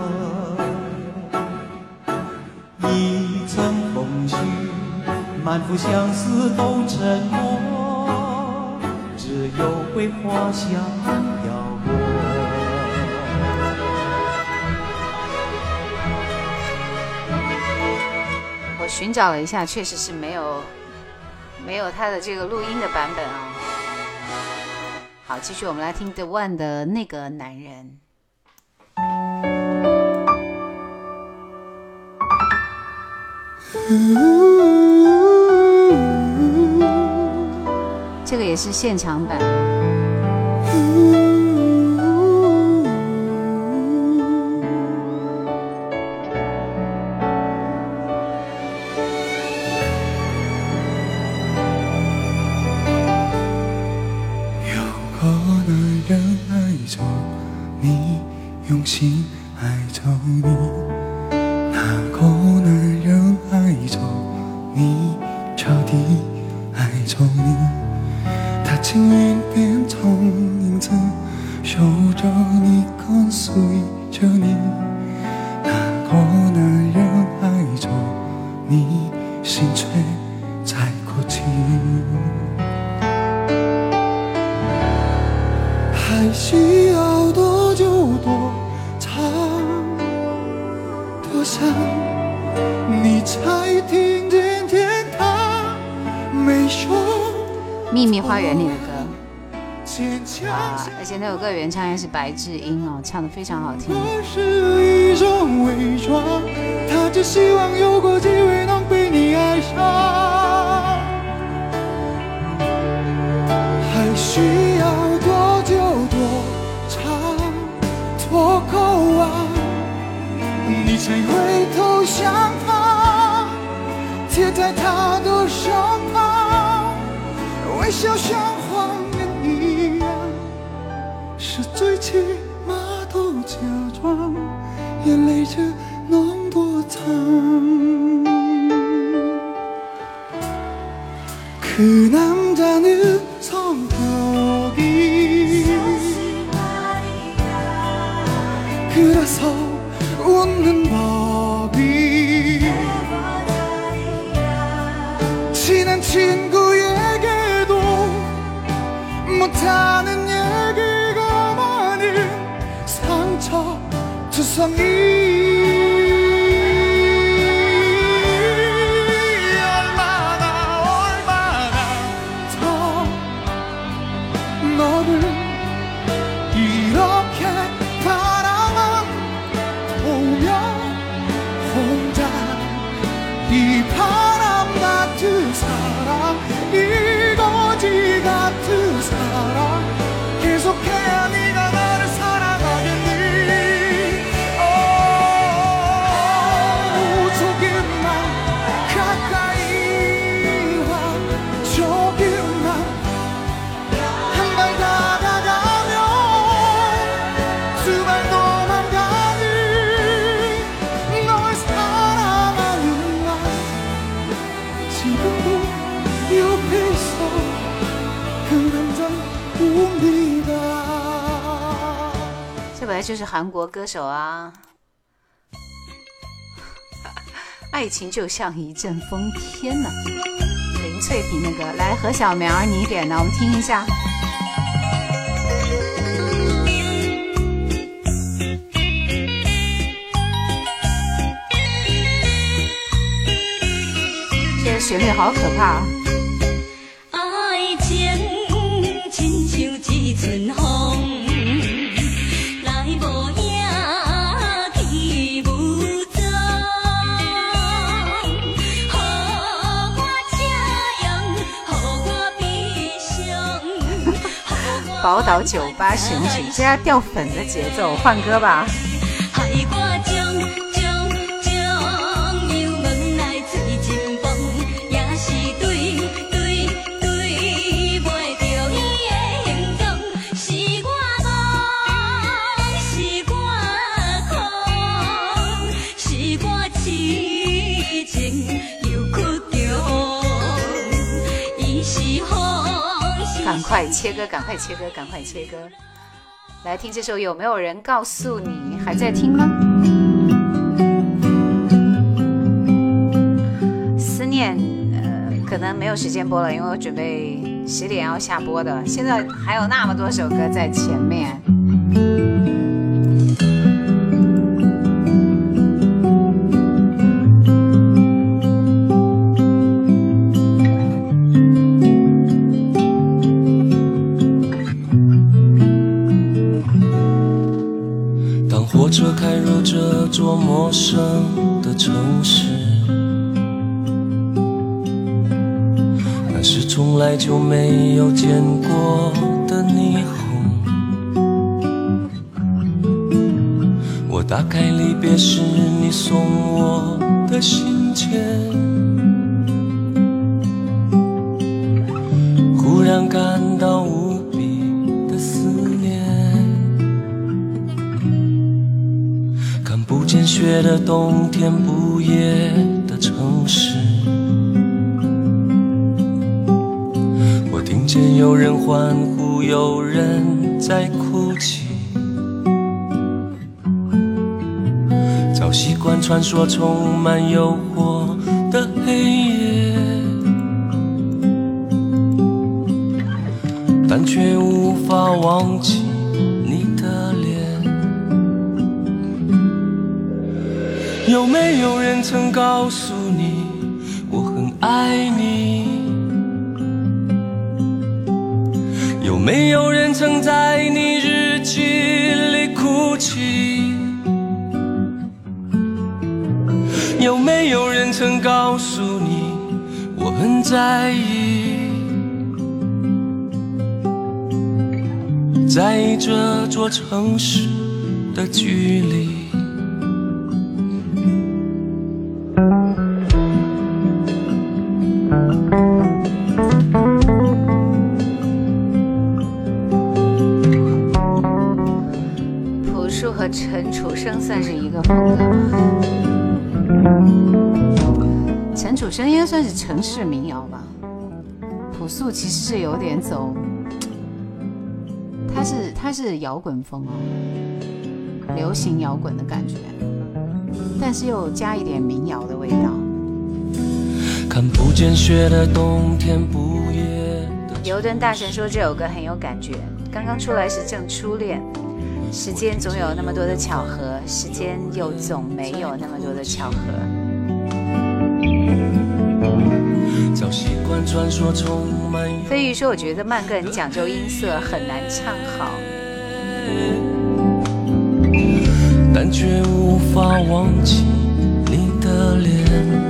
一程风絮，满腹相思都沉默，只有桂花香飘过。 我寻找了一下，确实是没有没有他的这个录音的版本啊。好，继续我们来听 The One 的那个男人。这个也是现场版。 有个男人爱着你，用心爱着你，那个男人爱着你，彻底爱着你，他情愿变成影子，守着你，跟随着你，那个男人爱着你，心却在哭泣。还需要多久多长多想，你才听见天堂没说秘密花园里的歌啊，而且那首歌原唱也是白智英哦，唱得非常好听。 是一种伪装，他只希望有过机会能被你爱上，还需要多久多长多渴望，你才回头想他，贴在他的身旁，微笑像谎言一样，是最起码都假装，眼泪只能躲藏。그 남자는 성격이 그래서 웃는 법이 친한 친구에게도 못하는 얘기가 많은 상처투성이. 얼마나 얼마나 더 来就是韩国歌手啊。爱情就像一阵风，天哪！林翠萍的歌，来何小苗你点的，我们听一下。这个旋律好可怕啊！ 爱情亲像一阵风。 宝岛酒吧醒醒，这要掉粉的节奏，换歌吧。赶快切歌，赶快切歌，赶快切歌！来听这首《有没有人告诉你》，还在听吗？思念，呃，可能没有时间播了，因为我准备十点要下播的。现在还有那么多首歌在前面。 火车开入这座陌生的城市，那是从来就没有见过的霓虹。我打开离别时你送我的信件，忽然感到无比的思念。不见雪的冬天，不夜的城市，我听见有人欢呼，有人在哭泣。早习惯穿梭充满诱惑的黑夜，但却无法忘记你的脸。有没有人曾告诉你我很爱你？有没有人曾在你日记里哭泣？有没有人曾告诉你我很在意？在意这座城市的距离。 和陈楚生算是一个风格吗？陈楚生应该算是城市民谣吧。朴树其实是有点走，他是他是摇滚风哦，流行摇滚的感觉，但是又加一点民谣的味道。 看不见雪的冬天，不夜的。 油灯大神说这首歌很有感觉，刚刚出来时正初恋。时间总有那么多的巧合，时间又总没有那么多的巧合。飞鱼说我觉得慢歌很讲究音色，很难唱好， 但却无法忘记你的脸。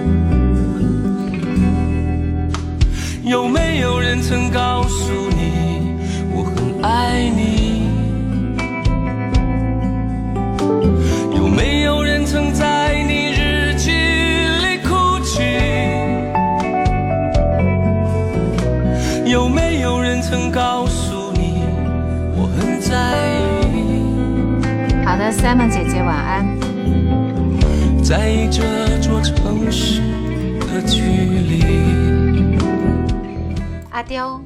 有没有人曾告诉你我很爱你？有没有人曾在你日记里哭泣？有没有人曾告诉你我很在意？ 好的 Simon 姐姐晚安。 在意这座城市的距离。 阿刁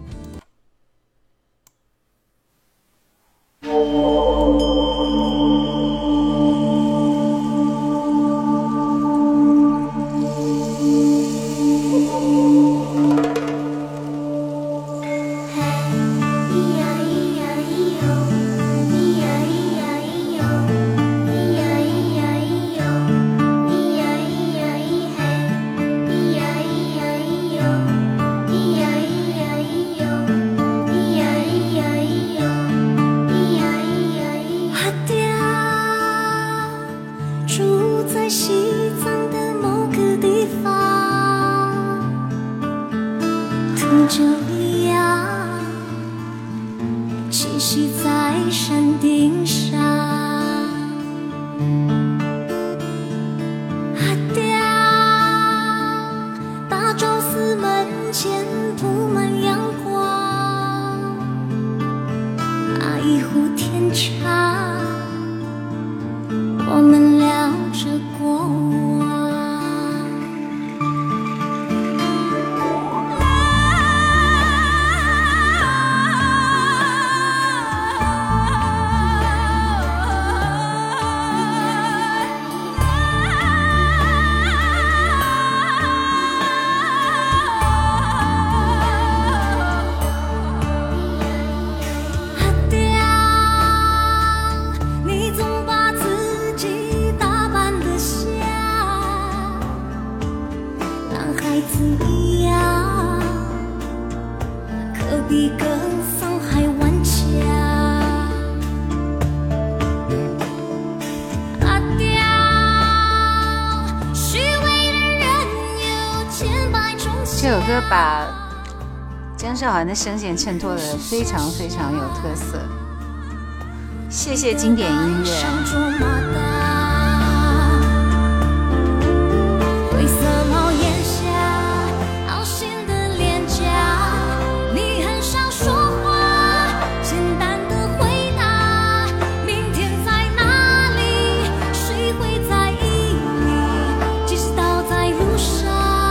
像这样栖息在山顶上，阿爹，大昭寺门前铺满阳光，那一壶甜茶，我们聊着过往。 这首歌把江韶涵的声线衬托得非常非常有特色，谢谢经典音乐。 灰色帽檐下凹陷的脸颊，你很少说话，简单的回答明天在哪里，谁会在意你，即使倒在路上。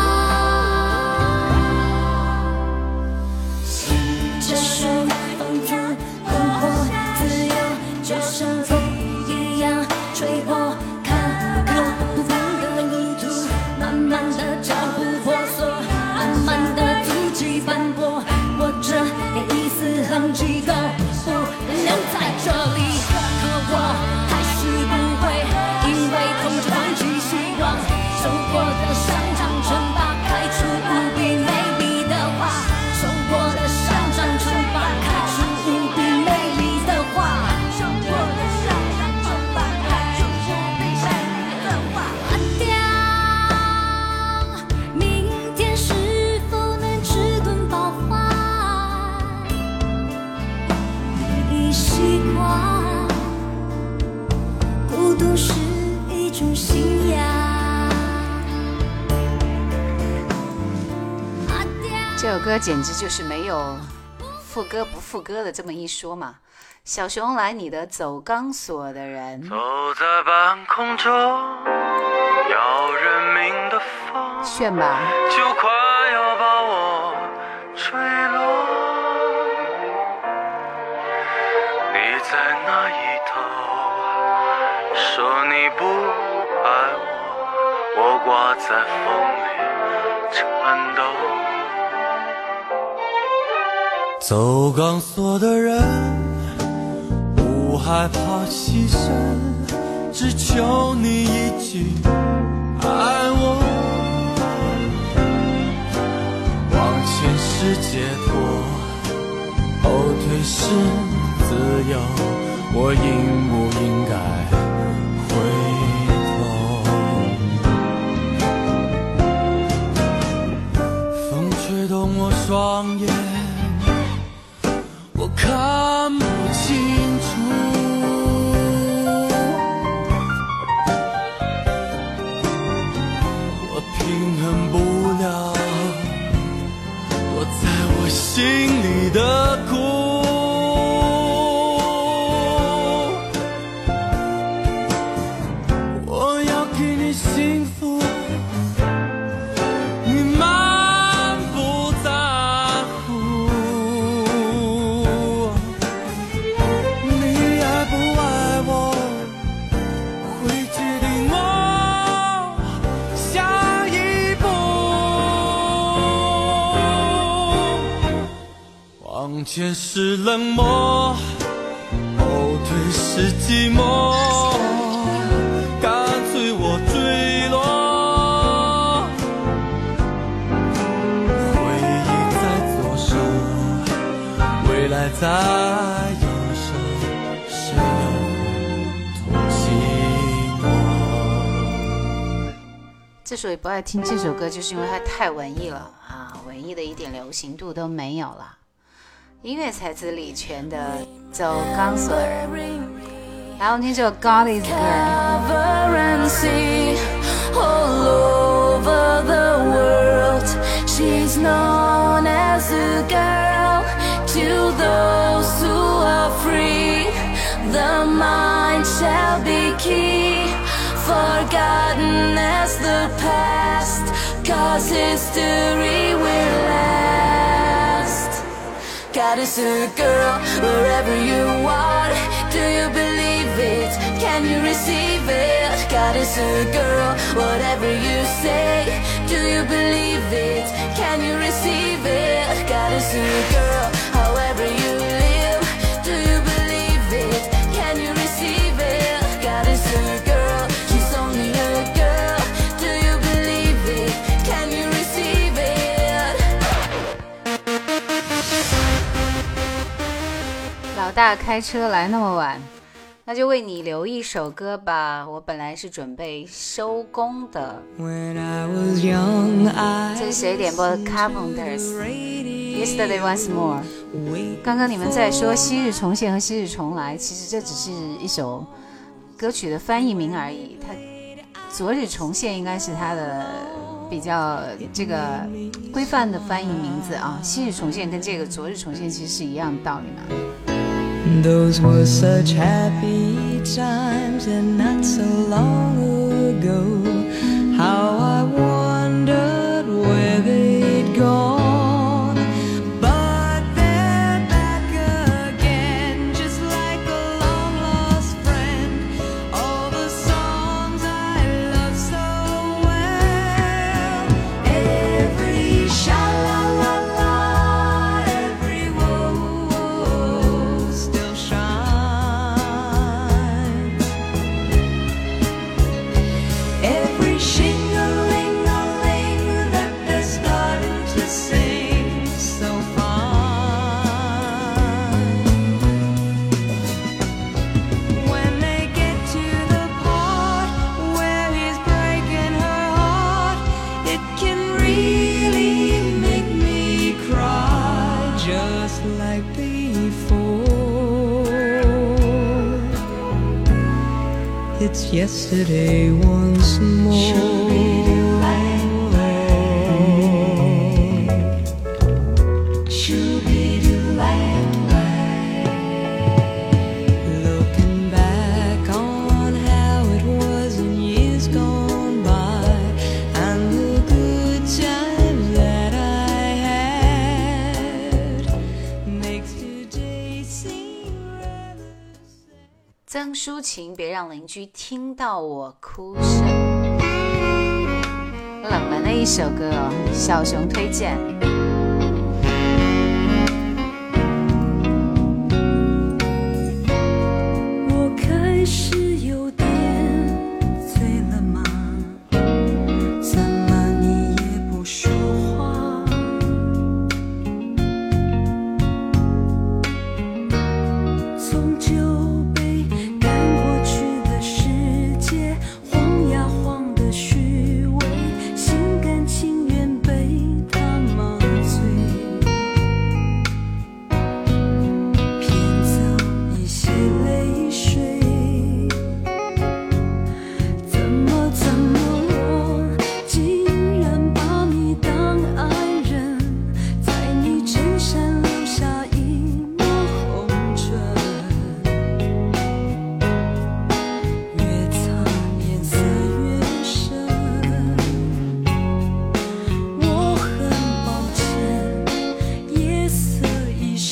这首风中困惑自由，就像风一样吹破坎坷不凡的路途，慢慢的脚步婆娑，慢慢的足迹斑驳，我这连一丝痕迹都不能留在这里，可我还是不会因为痛就放弃希望，收获的像长城把开出无比美丽的花，收获的像长城把开出无比美丽的花，收获的像长城把开出无比美丽的花。阿爹，明天是否能吃顿饱饭？你已习惯，孤独是一种信仰。 这首歌简直就是没有副歌不副歌的这么一说嘛。小熊来你的走钢索的人， 走在半空中要人命的风， 炫吧， 就快要把我吹落。你在那一头说你不爱我，我挂在风里颤抖。 走钢索的人不害怕牺牲，只求你一句爱我。往前是解脱，后退是自由，我应不应该回头？风吹动我双眼，我看不清楚，我平衡不了躲在我心里的苦。我要给你幸福，你满不在乎。你爱不爱我，会决定我下一步。往前是冷漠，后退是寂寞，干脆我坠落。回忆在左手，未来在右手，谁又同情我？ 之所以不爱听这首歌，就是因为它太文艺了啊，文艺的一点流行度都没有了。音乐才子李泉的走钢索儿，来我们听这首 God is All over the world, she's known as a girl. To those who are free, the mind shall be key. Forgotten as the past, 'cause history will last. God is a girl, wherever you are. Do you believe it? Can you receive it? God is a girl, whatever you say. Do you believe it? Can you receive it? God is a girl, however you live. Do you believe it? Can you receive it? God is a girl, she's only a girl. Do you believe it? Can you receive it? 老大开车来那么晚，那就为你留一首歌吧。我本来是准备收工的。这是谁点播的 Carpenters Yesterday Once More。刚刚你们在说昔日重现和昔日重来，其实这只是一首歌曲的翻译名而已。它昨日重现应该是它的比较这个规范的翻译名字啊。昔日重现跟这个昨日重现其实是一样的道理嘛。 Those were such happy times and not so long ago. How I wondered where they'd gone. But they're back again, just like a long lost friend. All the songs I love so well. Every sha-la-la-la, every woe still shines. Every shing-a-ling-a-ling that they're starting to sing so fine. When they get to the part where he's breaking her heart, it can really make me cry, just like before. It's yesterday once more. Looking back on how it was in years gone by, and the good times that I had, makes today seem rather sad. 曾淑琴，别让邻居听到我哭声。冷门的一首歌哦，小熊推荐。 我开始有点醉了吗？怎么你也不说话？从酒杯赶过去的世界，晃呀晃的虚伪，心甘情愿被他麻醉，骗走一些泪水。怎么怎么我竟然把你当爱人，在你衬衫留下一抹红唇，越擦颜色越深。我很抱歉，夜色已深。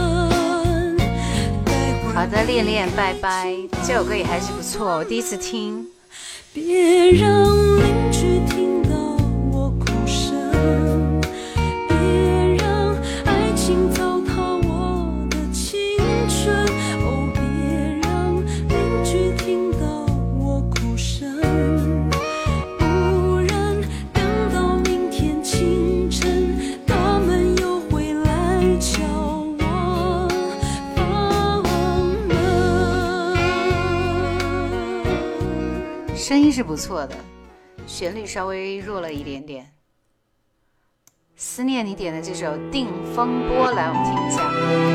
好的，恋恋拜拜，这首歌也还是不错，我第一次听。 别让邻居听到我哭声，别让爱情糟蹋我的青春。哦，别让邻居听到我哭声，不然等到明天清晨，他们又会来敲我房门。 声音是不错的， 旋律稍微弱了一点点。思念你点的这首《定风波》，来我们听一下。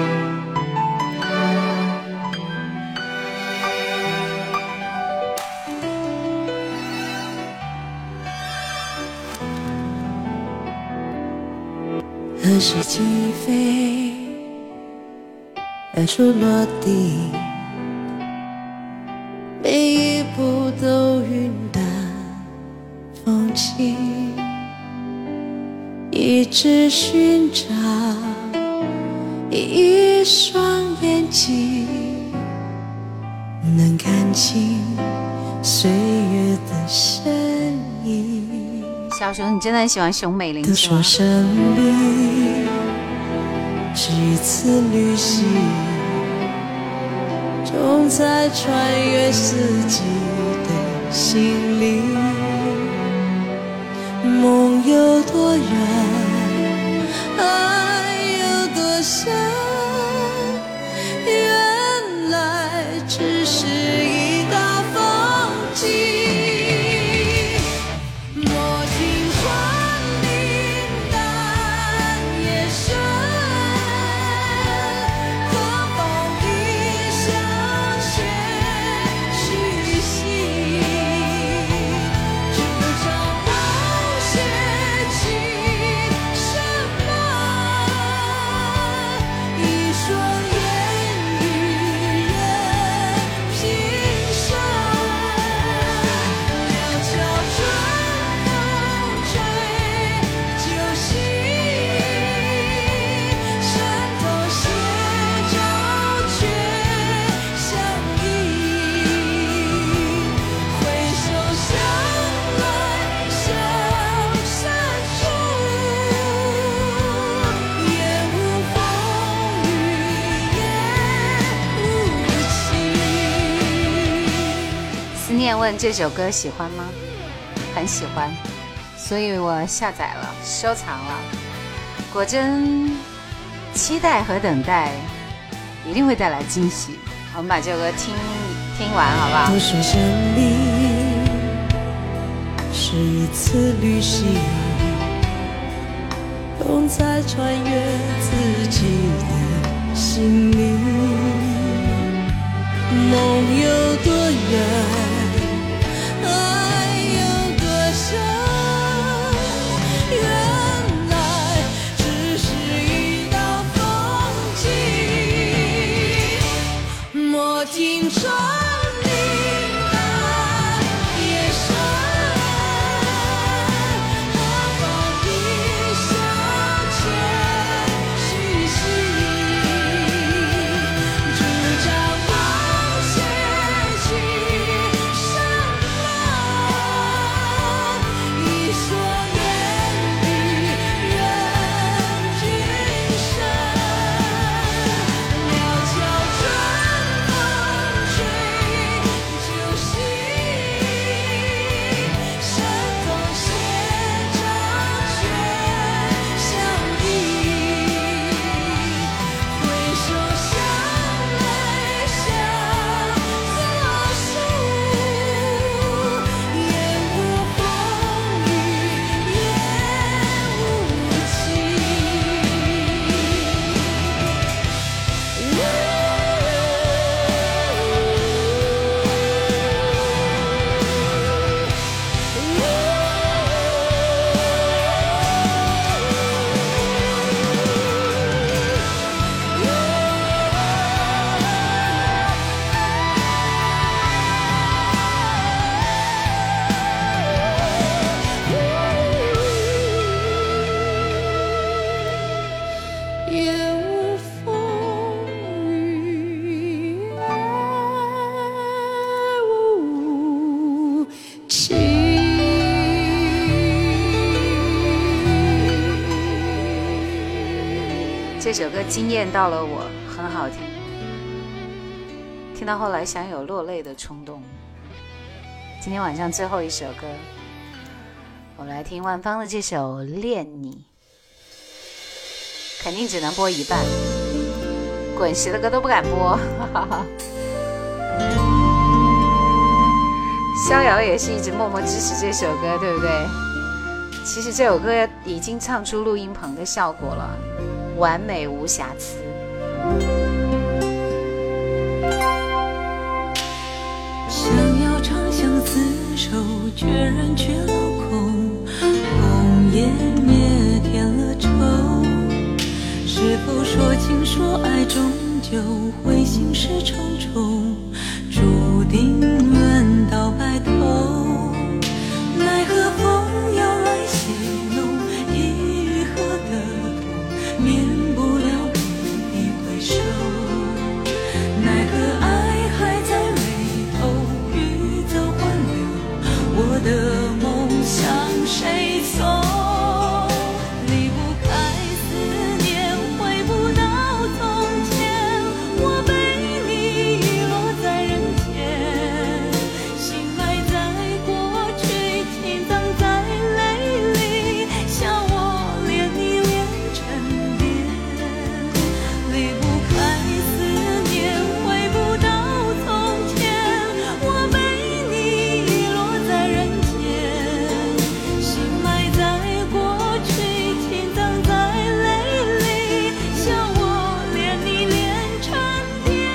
何时起飞，何处落地，每一步都云淡风轻，一直寻找一双眼睛，能看清岁月的身影。 小熊，你真的很喜欢熊美玲都是吗？ 说生命是一次旅行，总在穿越四季的心里。梦有多远，爱有多深，原来只是一道风景。 问这首歌喜欢吗？很喜欢，所以我下载了收藏了。果真期待和等待一定会带来惊喜。我们把这首歌听听完好不好？ 都说生命是一次旅行，总在穿越自己的心灵。梦有多远，听着你的夜深，何妨一向前徐行，主张冒险去什么？一所烟雨任君生，料峭春这首歌惊艳到了我，很好听，听到后来想有落泪的冲动。今天晚上最后一首歌，我们来听万芳的这首《恋你》，肯定只能播一半，滚石的歌都不敢播。 逍遥也是一直默默支持这首歌，对不对？其实这首歌已经唱出录音棚的效果了，完美无瑕疵。 想要长相厮守，决然却落空，红颜灭添了愁。是否说情说爱，终究会心事重重，注定轮到白头。奈何风摇来戏弄，一愈合的痛，免不了别一回首。奈何爱还在眉头，欲走还留，我的梦向谁送？离不开思念，回不到从前，我被你遗落在人间，心埋在过去，情葬在泪里，笑我连你连沉淀。离不开思念，回不到从前，我被你遗落在人间，心埋在过去，情葬在泪里，笑我连你连沉淀。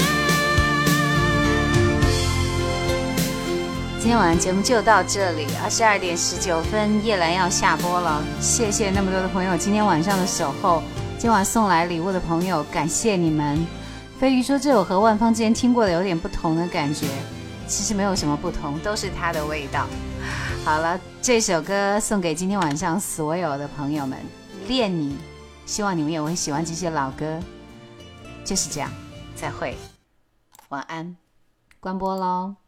今天晚上节目就到这里，二十二点十九分，叶兰要下播了。谢谢那么多的朋友今天晚上的守候，今晚送来礼物的朋友，感谢你们。飞鱼说这首和万芳之前听过的有点不同的感觉，其实没有什么不同，都是它的味道。好了，这首歌送给今天晚上所有的朋友们，恋你，希望你们也会喜欢这些老歌。就是这样，再会，晚安，关播咯。